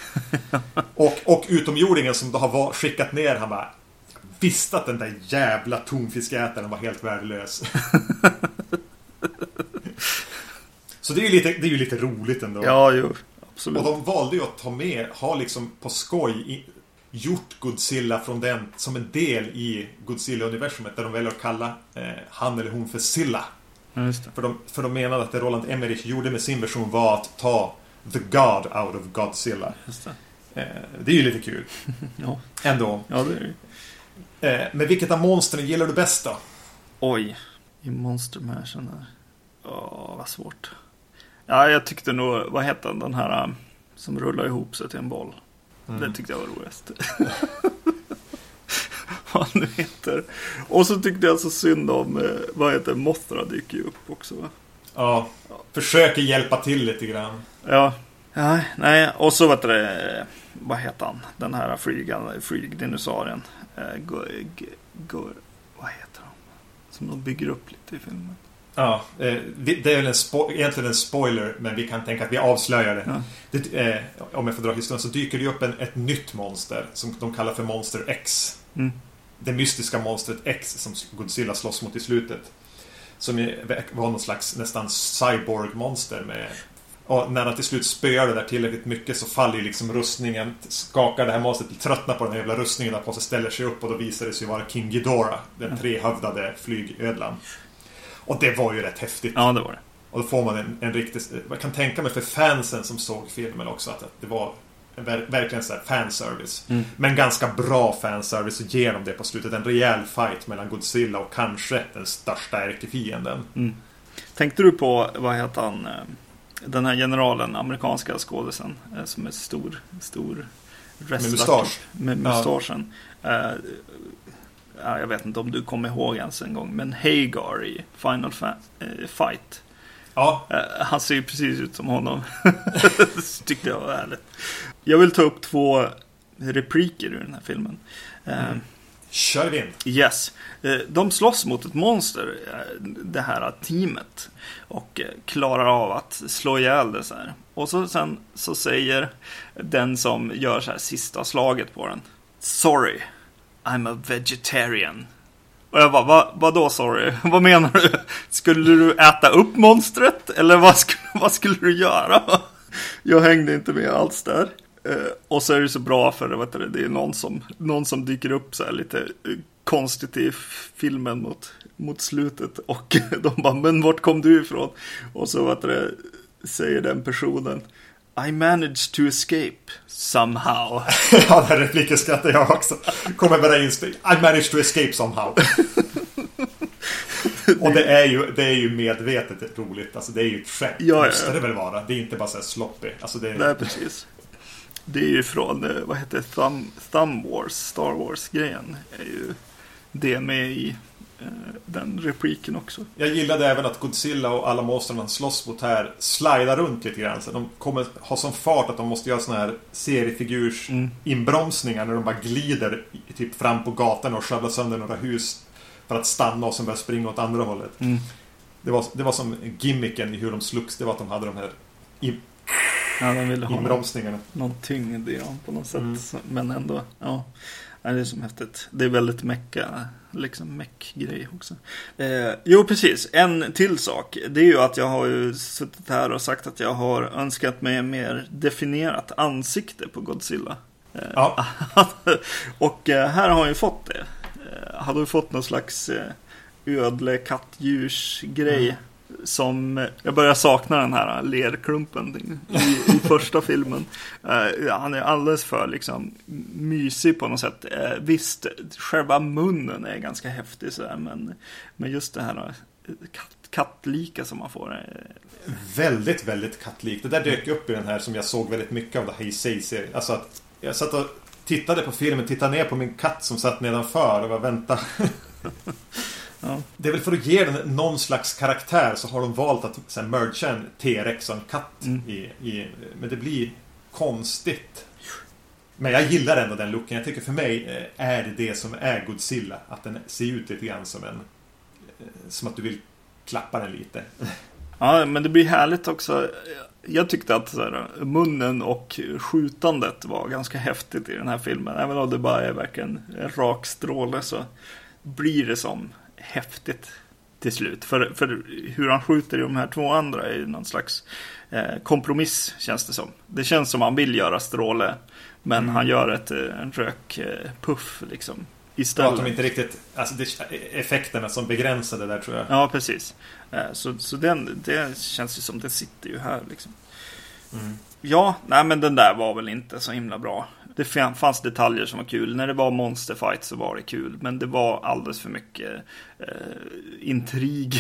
och, och utomjordingen som då har skickat ner, han bara visste att den där jävla tonfiskätaren var helt värdelös. Så det är ju lite, det är ju lite roligt ändå. Ja, jo, absolut. Och de valde ju att ta med, ha liksom på skoj i, gjort Godzilla från den som en del i Godzilla-universumet, där de väljer att kalla eh, han eller hon för Zilla. Ja, just det. För, de, för de menade att det Roland Emmerich gjorde med sin version var att ta the God out of Godzilla. Just det. Eh, det är ju lite kul. Ja. Ändå. Ja, det är det. Eh, men vilket av monstren gillar du bäst då? Oj, i Monster Mansion här. Åh, vad svårt. Ja, jag tyckte nog, vad heter den, den här um, som rullar ihop sig till en boll. Mm. Det tyckte jag var roligast. Vad nu heter. Och så tyckte jag så synd om, eh, vad heter, Mothra dyker ju upp också, va? Ja, försöker hjälpa till lite grann. Ja, ja nej. Och så vet det, vad heter han? Den här flygande, flygdinosaurien. Eh, go, go, go, vad heter han? Som de bygger upp lite i filmen. Ja, eh, det är väl en spo- egentligen en spoiler, men vi kan tänka att vi avslöjar det. Ja. det eh, om jag får dra historien, så dyker det upp en, ett nytt monster som de kallar för Monster X. Mm. Det mystiska monstret X som Godzilla slåss mot i slutet. Som var någon slags nästan cyborg-monster med... Och när han till slut spöar det där tillräckligt mycket så faller ju liksom rustningen, skakar det här monstret, tröttnar på den här jävla rustningen, där på sig ställer sig upp, och då visar det sig vara King Ghidorah, den trehövdade flygödlan. Och det var ju rätt häftigt. Ja, det var det. Och då får man en, en riktig... Man kan tänka mig för fansen som såg filmen också att det var en, verkligen så här fanservice. Mm. Men ganska bra fanservice, och genom det på slutet. En rejäl fight mellan Godzilla och kanske den största ärkefienden. Mm. Tänkte du på, vad heter han, den här generalen, amerikanska skådisen, som är stor, stor med mustasch. Med mustaschen. Ja. Uh, jag vet inte om du kommer ihåg ens en gång, men Hagar i Final Fa- äh, Fight. Ja. Äh, han ser ju precis ut som honom. Det tyckte jag var härligt. Jag vill ta upp två repliker ur den här filmen. Mm. Kör vi in. Yes. De slåss mot ett monster, det här teamet, och klarar av att slå ihjäl det så här. Och så sen så säger den som gör så här sista slaget på den: sorry. I'm a vegetarian. Och jag bara, vad, vad då, sorry? Vad menar du? Skulle du äta upp monstret? Eller vad skulle, vad skulle du göra? Jag hängde inte med alls där. Uh, och så är det så bra för vet du, det är någon som, någon som dyker upp så här lite uh, konstigt i filmen mot, mot slutet. Och de bara, men vart kom du ifrån? Och så vet du, säger den personen, I managed to escape somehow. Ja, den repliken skrattar jag också. Kommer bara in, I managed to escape somehow. Och det är ju, det är ju medvetet roligt. Alltså det är ju ett skämt. Ja, måste ja. det väl vara. Det är inte bara så här sloppy. Alltså det är... Nej, precis. Det är ju från, vad heter det, Thumb, Thumb Wars, Star Wars-grejen. Är ju det med i eh, den repliken också. Jag gillade även att Godzilla och alla monster man slåss mot här slidar runt lite grann. Så de kommer ha sån fart att de måste göra såna här seriefigurs mm. inbromsningar när de bara glider typ fram på gatan och skövlar sönder några hus för att stanna och sen börja springa åt andra hållet. Mm. Det, var, det var som gimmicken i hur de slogs. Det var att de hade de här in, ja, de ville ha inbromsningarna. Någon tyngd i dem på något sätt. Mm. Men ändå, ja. Det är som häftigt. Det är väldigt mecka, liksom meck-grej också. Eh, jo, precis. En till sak. Det är ju att jag har ju suttit här och sagt att jag har önskat mig en mer definierat ansikte på Godzilla. Eh, ja. Och eh, här har jag ju fått det. Eh, hade ju fått någon slags eh, ödle kattdjursgrej. Mm. Som jag börjar sakna den här lerklumpen i, i första filmen. Uh, han är alldeles för liksom mysig på något sätt. Uh, visst, själva munnen är ganska häftig så här, men, men just det här uh, katt, kattlika som man får. Uh, väldigt, väldigt kattlik. Det där dök upp i den här som jag såg väldigt mycket av det Heisei-serien. Alltså att jag satt och tittade på filmen, tittade ner på min katt som satt nedanför och var vänta. Ja. Det är väl för att ge den någon slags karaktär så har de valt att så här, mergea en T-rex och en katt mm. i, i, men det blir konstigt. Men jag gillar ändå den looken. Jag tycker för mig är det det som är Godzilla, att den ser ut lite grann som en som att du vill klappa den lite. Ja, men det blir härligt också. Jag tyckte att så här, munnen och skjutandet var ganska häftigt i den här filmen. Även om det bara är verkligen en rak stråle så blir det som häftigt till slut. För, för hur han skjuter i de här två andra är ju någon slags eh, kompromiss, känns det som. Det känns som han vill göra stråle, men mm. han gör ett, en rökpuff liksom istället. Ja, att de inte riktigt, alltså det, effekterna som begränsade där tror jag. Ja, precis. Eh, så så den, det känns ju som det sitter ju här liksom. Mm. Ja, nej men den där var väl inte så himla bra. Det fanns detaljer som var kul. När det var monsterfight så var det kul. Men det var alldeles för mycket eh, intrig.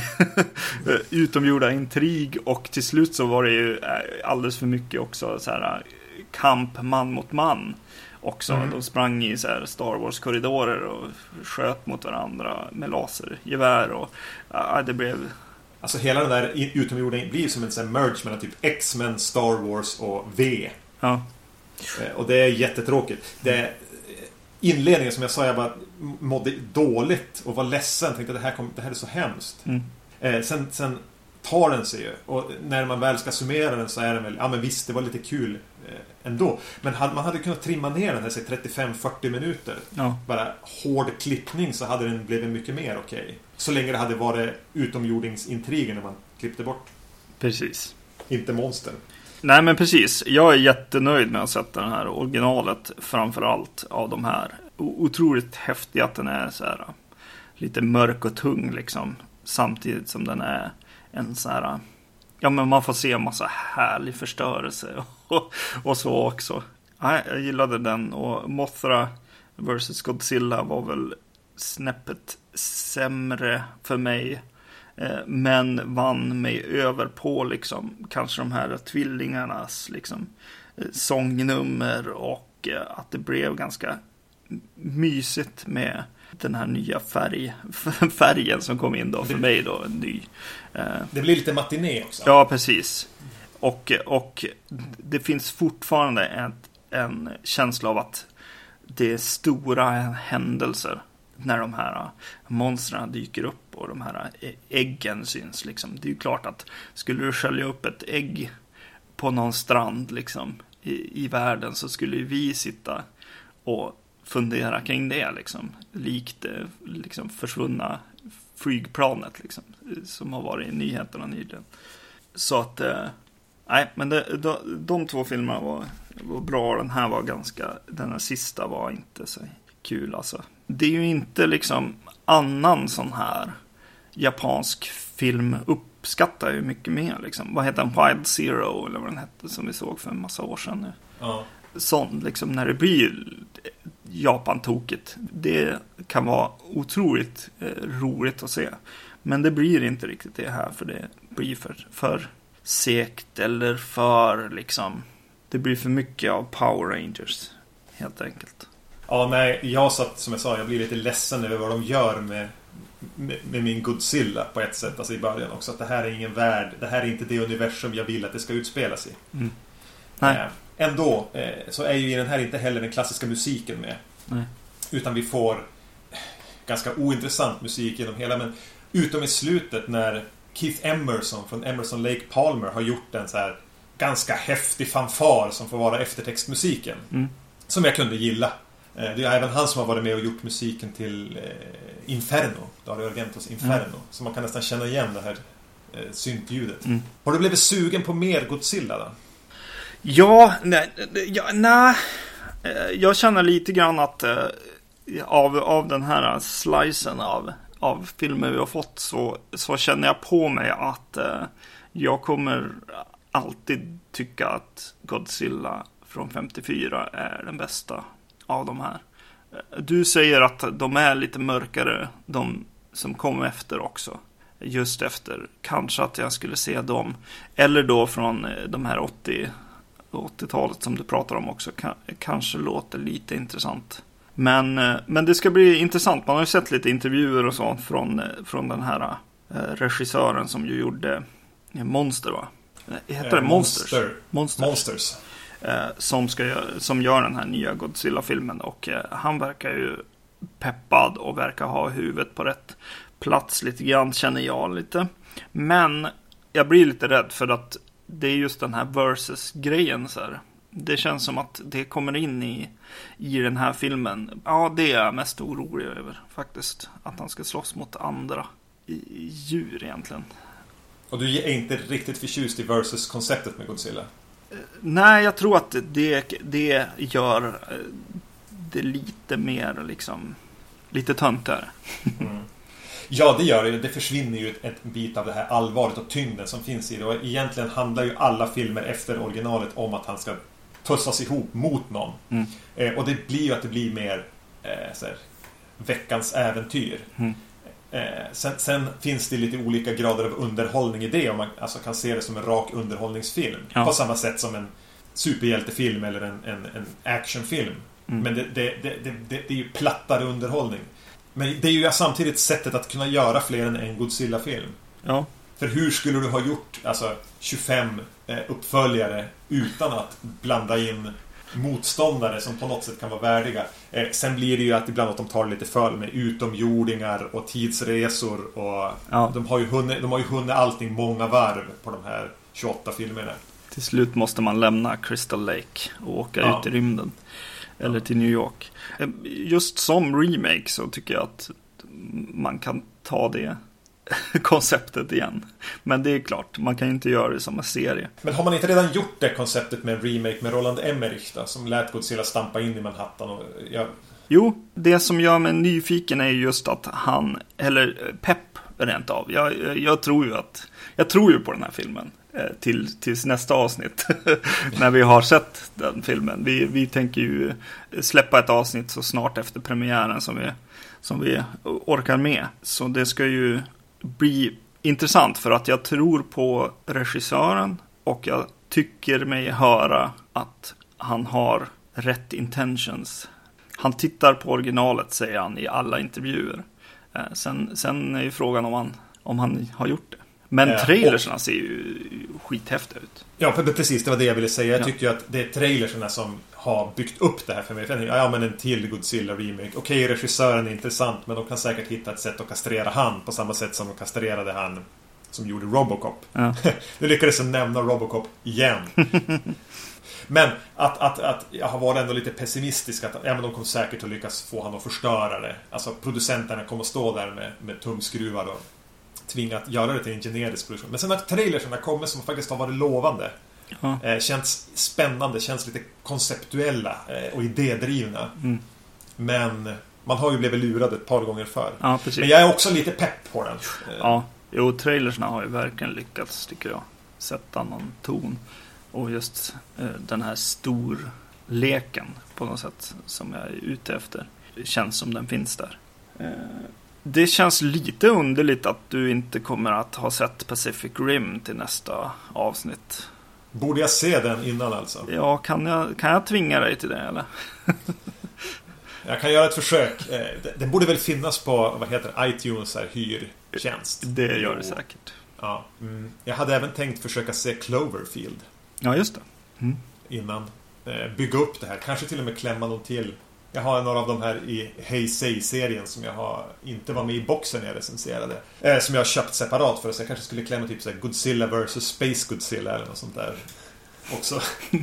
Utomgjorda intrig. Och till slut så var det ju alldeles för mycket också så här, kamp man mot man. Också. Mm. De sprang i så här Star Wars-korridorer och sköt mot varandra med lasergevär. Och ja, det blev... Alltså hela den där utomjorda blir som en sån merge mellan typ X-Men, Star Wars och V. Ja. Och det är jättetråkigt. Det är inledningen som jag sa, jag bara mådde dåligt och var ledsen. Tänkte att det här, kom, det här är så hemskt. Mm. Eh, sen, sen tar den sig ju. Och när man väl ska summera den så är den väl, ja men visst, det var lite kul eh, ändå. Men hade, man hade kunnat trimma ner den här sig trettiofem till fyrtio minuter. Ja. Bara hård klippning så hade den blivit mycket mer okej. Okay. Så länge det hade varit utomjordingsintrigen när man klippte bort. Precis. Inte monster. Nej men precis, jag är jättenöjd med att sätta den här originalet framförallt av de här. O- otroligt häftig att den är så här lite mörk och tung liksom. Samtidigt som den är en så här, ja men man får se en massa härlig förstörelse och, och så också. Ja, jag gillade den och Mothra versus Godzilla var väl snäppet sämre för mig. Men vann mig över på liksom kanske de här tvillingarnas liksom sångnummer och att det blev ganska mysigt med den här nya färg, färgen som kom in då för mig då, en ny. Det blir lite matiné också. Ja, precis. Och, och det finns fortfarande en, en känsla av att det är stora händelser när de här monstren dyker upp och de här äggen syns liksom. Det är ju klart att skulle du skölja upp ett ägg på någon strand liksom i, i världen så skulle vi sitta och fundera kring det liksom. Likt liksom försvunna flygplanet liksom, som har varit i nyheterna nyligen. Så att eh, nej, men det, de, de två filmerna var, var bra. Den här var ganska, den här sista var inte så kul alltså. Det är ju inte liksom annan sån här japansk film uppskattar ju mycket mer liksom. Vad heter den? Wild Zero eller vad den hette som vi såg för en massa år sedan nu. Ja. Sån liksom, när det blir Japan-tokigt, det kan vara otroligt eh, roligt att se. Men det blir inte riktigt det här, för det blir för, för sekt eller för liksom, det blir för mycket av Power Rangers helt enkelt. Ja, nej, jag satt, som jag sa, jag blir lite ledsen över vad de gör med, med, med min Godzilla på ett sätt, alltså i början också, att det här är ingen värld, det här är inte det universum jag vill att det ska utspelas i. Mm. Nej. Eh, ändå eh, så är ju i den här inte heller den klassiska musiken med. Nej. Utan vi får ganska ointressant musik genom hela, men utom i slutet när Keith Emerson från Emerson Lake Palmer har gjort en så här ganska häftig fanfar som får vara eftertextmusiken. Mm. Som jag kunde gilla. Det är även han som har varit med och gjort musiken till eh, Inferno, Dario Argentos Inferno. Mm. Så man kan nästan känna igen det här eh, syntljudet. Mm. Har du blivit sugen på mer Godzilla då? Ja, nej, ja, nej. Jag känner lite grann att eh, av, av den här slicen av, av filmer vi har fått så, så känner jag på mig att eh, jag kommer alltid tycka att Godzilla från femtiofyra är den bästa av de här. Du säger att de är lite mörkare, de som kom efter också. Just efter. Kanske att jag skulle se dem. Eller då från de här åttio, åttiotalet som du pratar om också. Kanske låter lite intressant. Men, men det ska bli intressant. Man har ju sett lite intervjuer och sånt från, från den här regissören som ju gjorde Monster, va? Heter det Monsters? Monster. Monsters. Monsters. Eh, som, ska göra, som gör den här nya Godzilla-filmen. Och eh, han verkar ju peppad och verkar ha huvudet på rätt plats lite grann, känner jag lite. Men jag blir lite rädd för att det är just den här versus-grejen så här. Det känns som att det kommer in i, i den här filmen. Ja, det är jag mest orolig över faktiskt. Att han ska slåss mot andra i, djur egentligen. Och du är inte riktigt förtjust i versus-konceptet med Godzilla? Nej, jag tror att det, det gör det lite mer liksom, lite töntigare. Mm. Ja, det gör det. Det försvinner ju ett bit av det här allvaret och tyngden som finns i det. Och egentligen handlar ju alla filmer efter originalet om att han ska pussas ihop mot någon. Mm. Eh, och det blir ju att det blir mer eh, så här, veckans äventyr. Mm. Eh, sen, sen finns det lite olika grader av underhållning i det. Om man alltså kan se det som en rak underhållningsfilm. Ja. På samma sätt som en superhjältefilm eller en, en, en actionfilm. Mm. Men det, det, det, det, det är ju plattare underhållning. Men det är ju samtidigt sättet att kunna göra fler än en Godzilla-film. Ja. För hur skulle du ha gjort alltså, tjugofem eh, uppföljare utan att blanda in motståndare som på något sätt kan vara värdiga? Eh, sen blir det ju att ibland att de tar lite för med utomjordingar och tidsresor. Och ja. de, har ju hunnit, de har ju hunnit allting många varv på de här tjugoåtta filmerna. Till slut måste man lämna Crystal Lake och åka ja. ut i rymden. Eller till New York. Just som remake så tycker jag att man kan ta det konceptet igen. Men det är klart, man kan ju inte göra det som en serie. Men har man inte redan gjort det konceptet med en remake med Roland Emmerich då, som lät Godzilla stampa in i Manhattan? Och, ja. Jo, det som gör mig nyfiken är just att han, eller pepp rent av. Jag, jag tror ju att jag tror ju på den här filmen. Till, tills nästa avsnitt när vi har sett den filmen. Vi, vi tänker ju släppa ett avsnitt så snart efter premiären som vi, som vi orkar med. Så det ska ju bli intressant för att jag tror på regissören och jag tycker mig höra att han har rätt intentions. Han tittar på originalet, säger han i alla intervjuer. Sen, sen är ju frågan om han, om han har gjort det. Men eh, trailersna ser ju skithäftiga ut. Ja, precis, det var det jag ville säga. Jag ja. tycker ju att det är trailersna som har byggt upp det här för mig. Ja, men en till Godzilla remake. Okej, regissören är intressant, men de kan säkert hitta ett sätt att kastrera han på samma sätt som de kastrerade han som gjorde Robocop. Ja. Nu lyckades jag nämna Robocop igen. Men att, att, att jag har varit ändå lite pessimistisk att ja, men de kommer säkert att lyckas få han att förstöra det. Alltså producenterna kommer att stå där med, med tumskruvar och tvinga att göra det till en generisk produktion. Men sen har trailerserna kommit som faktiskt har varit lovande. Ja. Eh, känns spännande, känns lite konceptuella eh, och idédrivna. Mm. Men man har ju blivit lurad ett par gånger för. Ja, precis. Men jag är också lite pepp på den. Eh, Ja, jo, trailersna har ju verkligen lyckats, tycker jag. Sätta någon ton. Och just eh, den här storleken på något sätt som jag är ute efter. Det känns som den finns där. Eh, det känns lite underligt att du inte kommer att ha sett Pacific Rim till nästa avsnitt. Borde jag se den innan alltså? Ja, kan jag, kan jag tvinga dig till det, eller? Jag kan göra ett försök. Eh, den borde väl finnas på, vad heter iTunes här, hyrtjänst. Det gör det säkert. Ja. Mm. Jag hade även tänkt försöka se Cloverfield. Ja, just det. Mm. Innan. Eh, bygga upp det här. Kanske till och med klämma någon till. Jag har några av de här i Hey Say-serien som jag har inte var med i boxen när jag recenserade. Eh, som jag har köpt separat för. Så jag kanske skulle klämma typ så här Godzilla versus Space Godzilla eller något sånt där. Också.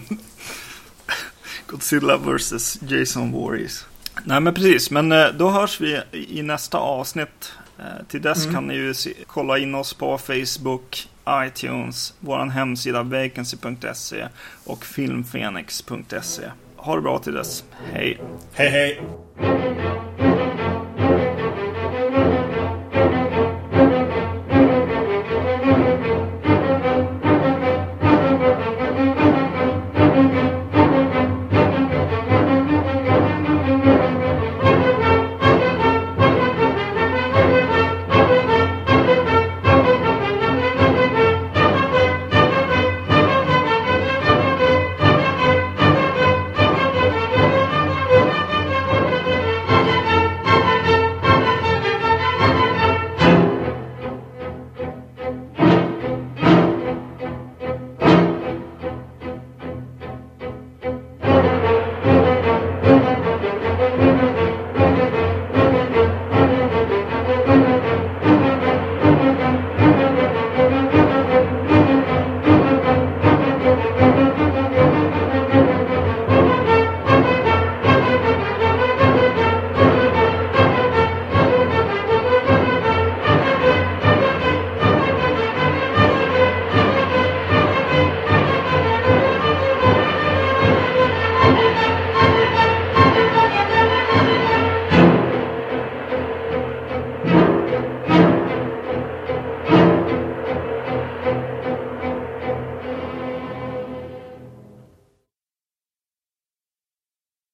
Godzilla versus Jason Voorhees. Nej, men precis. Men eh, då hörs vi i nästa avsnitt. Eh, till dess mm. kan ni ju se, kolla in oss på Facebook, iTunes, våran hemsida vacancy punkt se och filmfenix punkt se. Ha det bra till dess. Hej. Hej hej.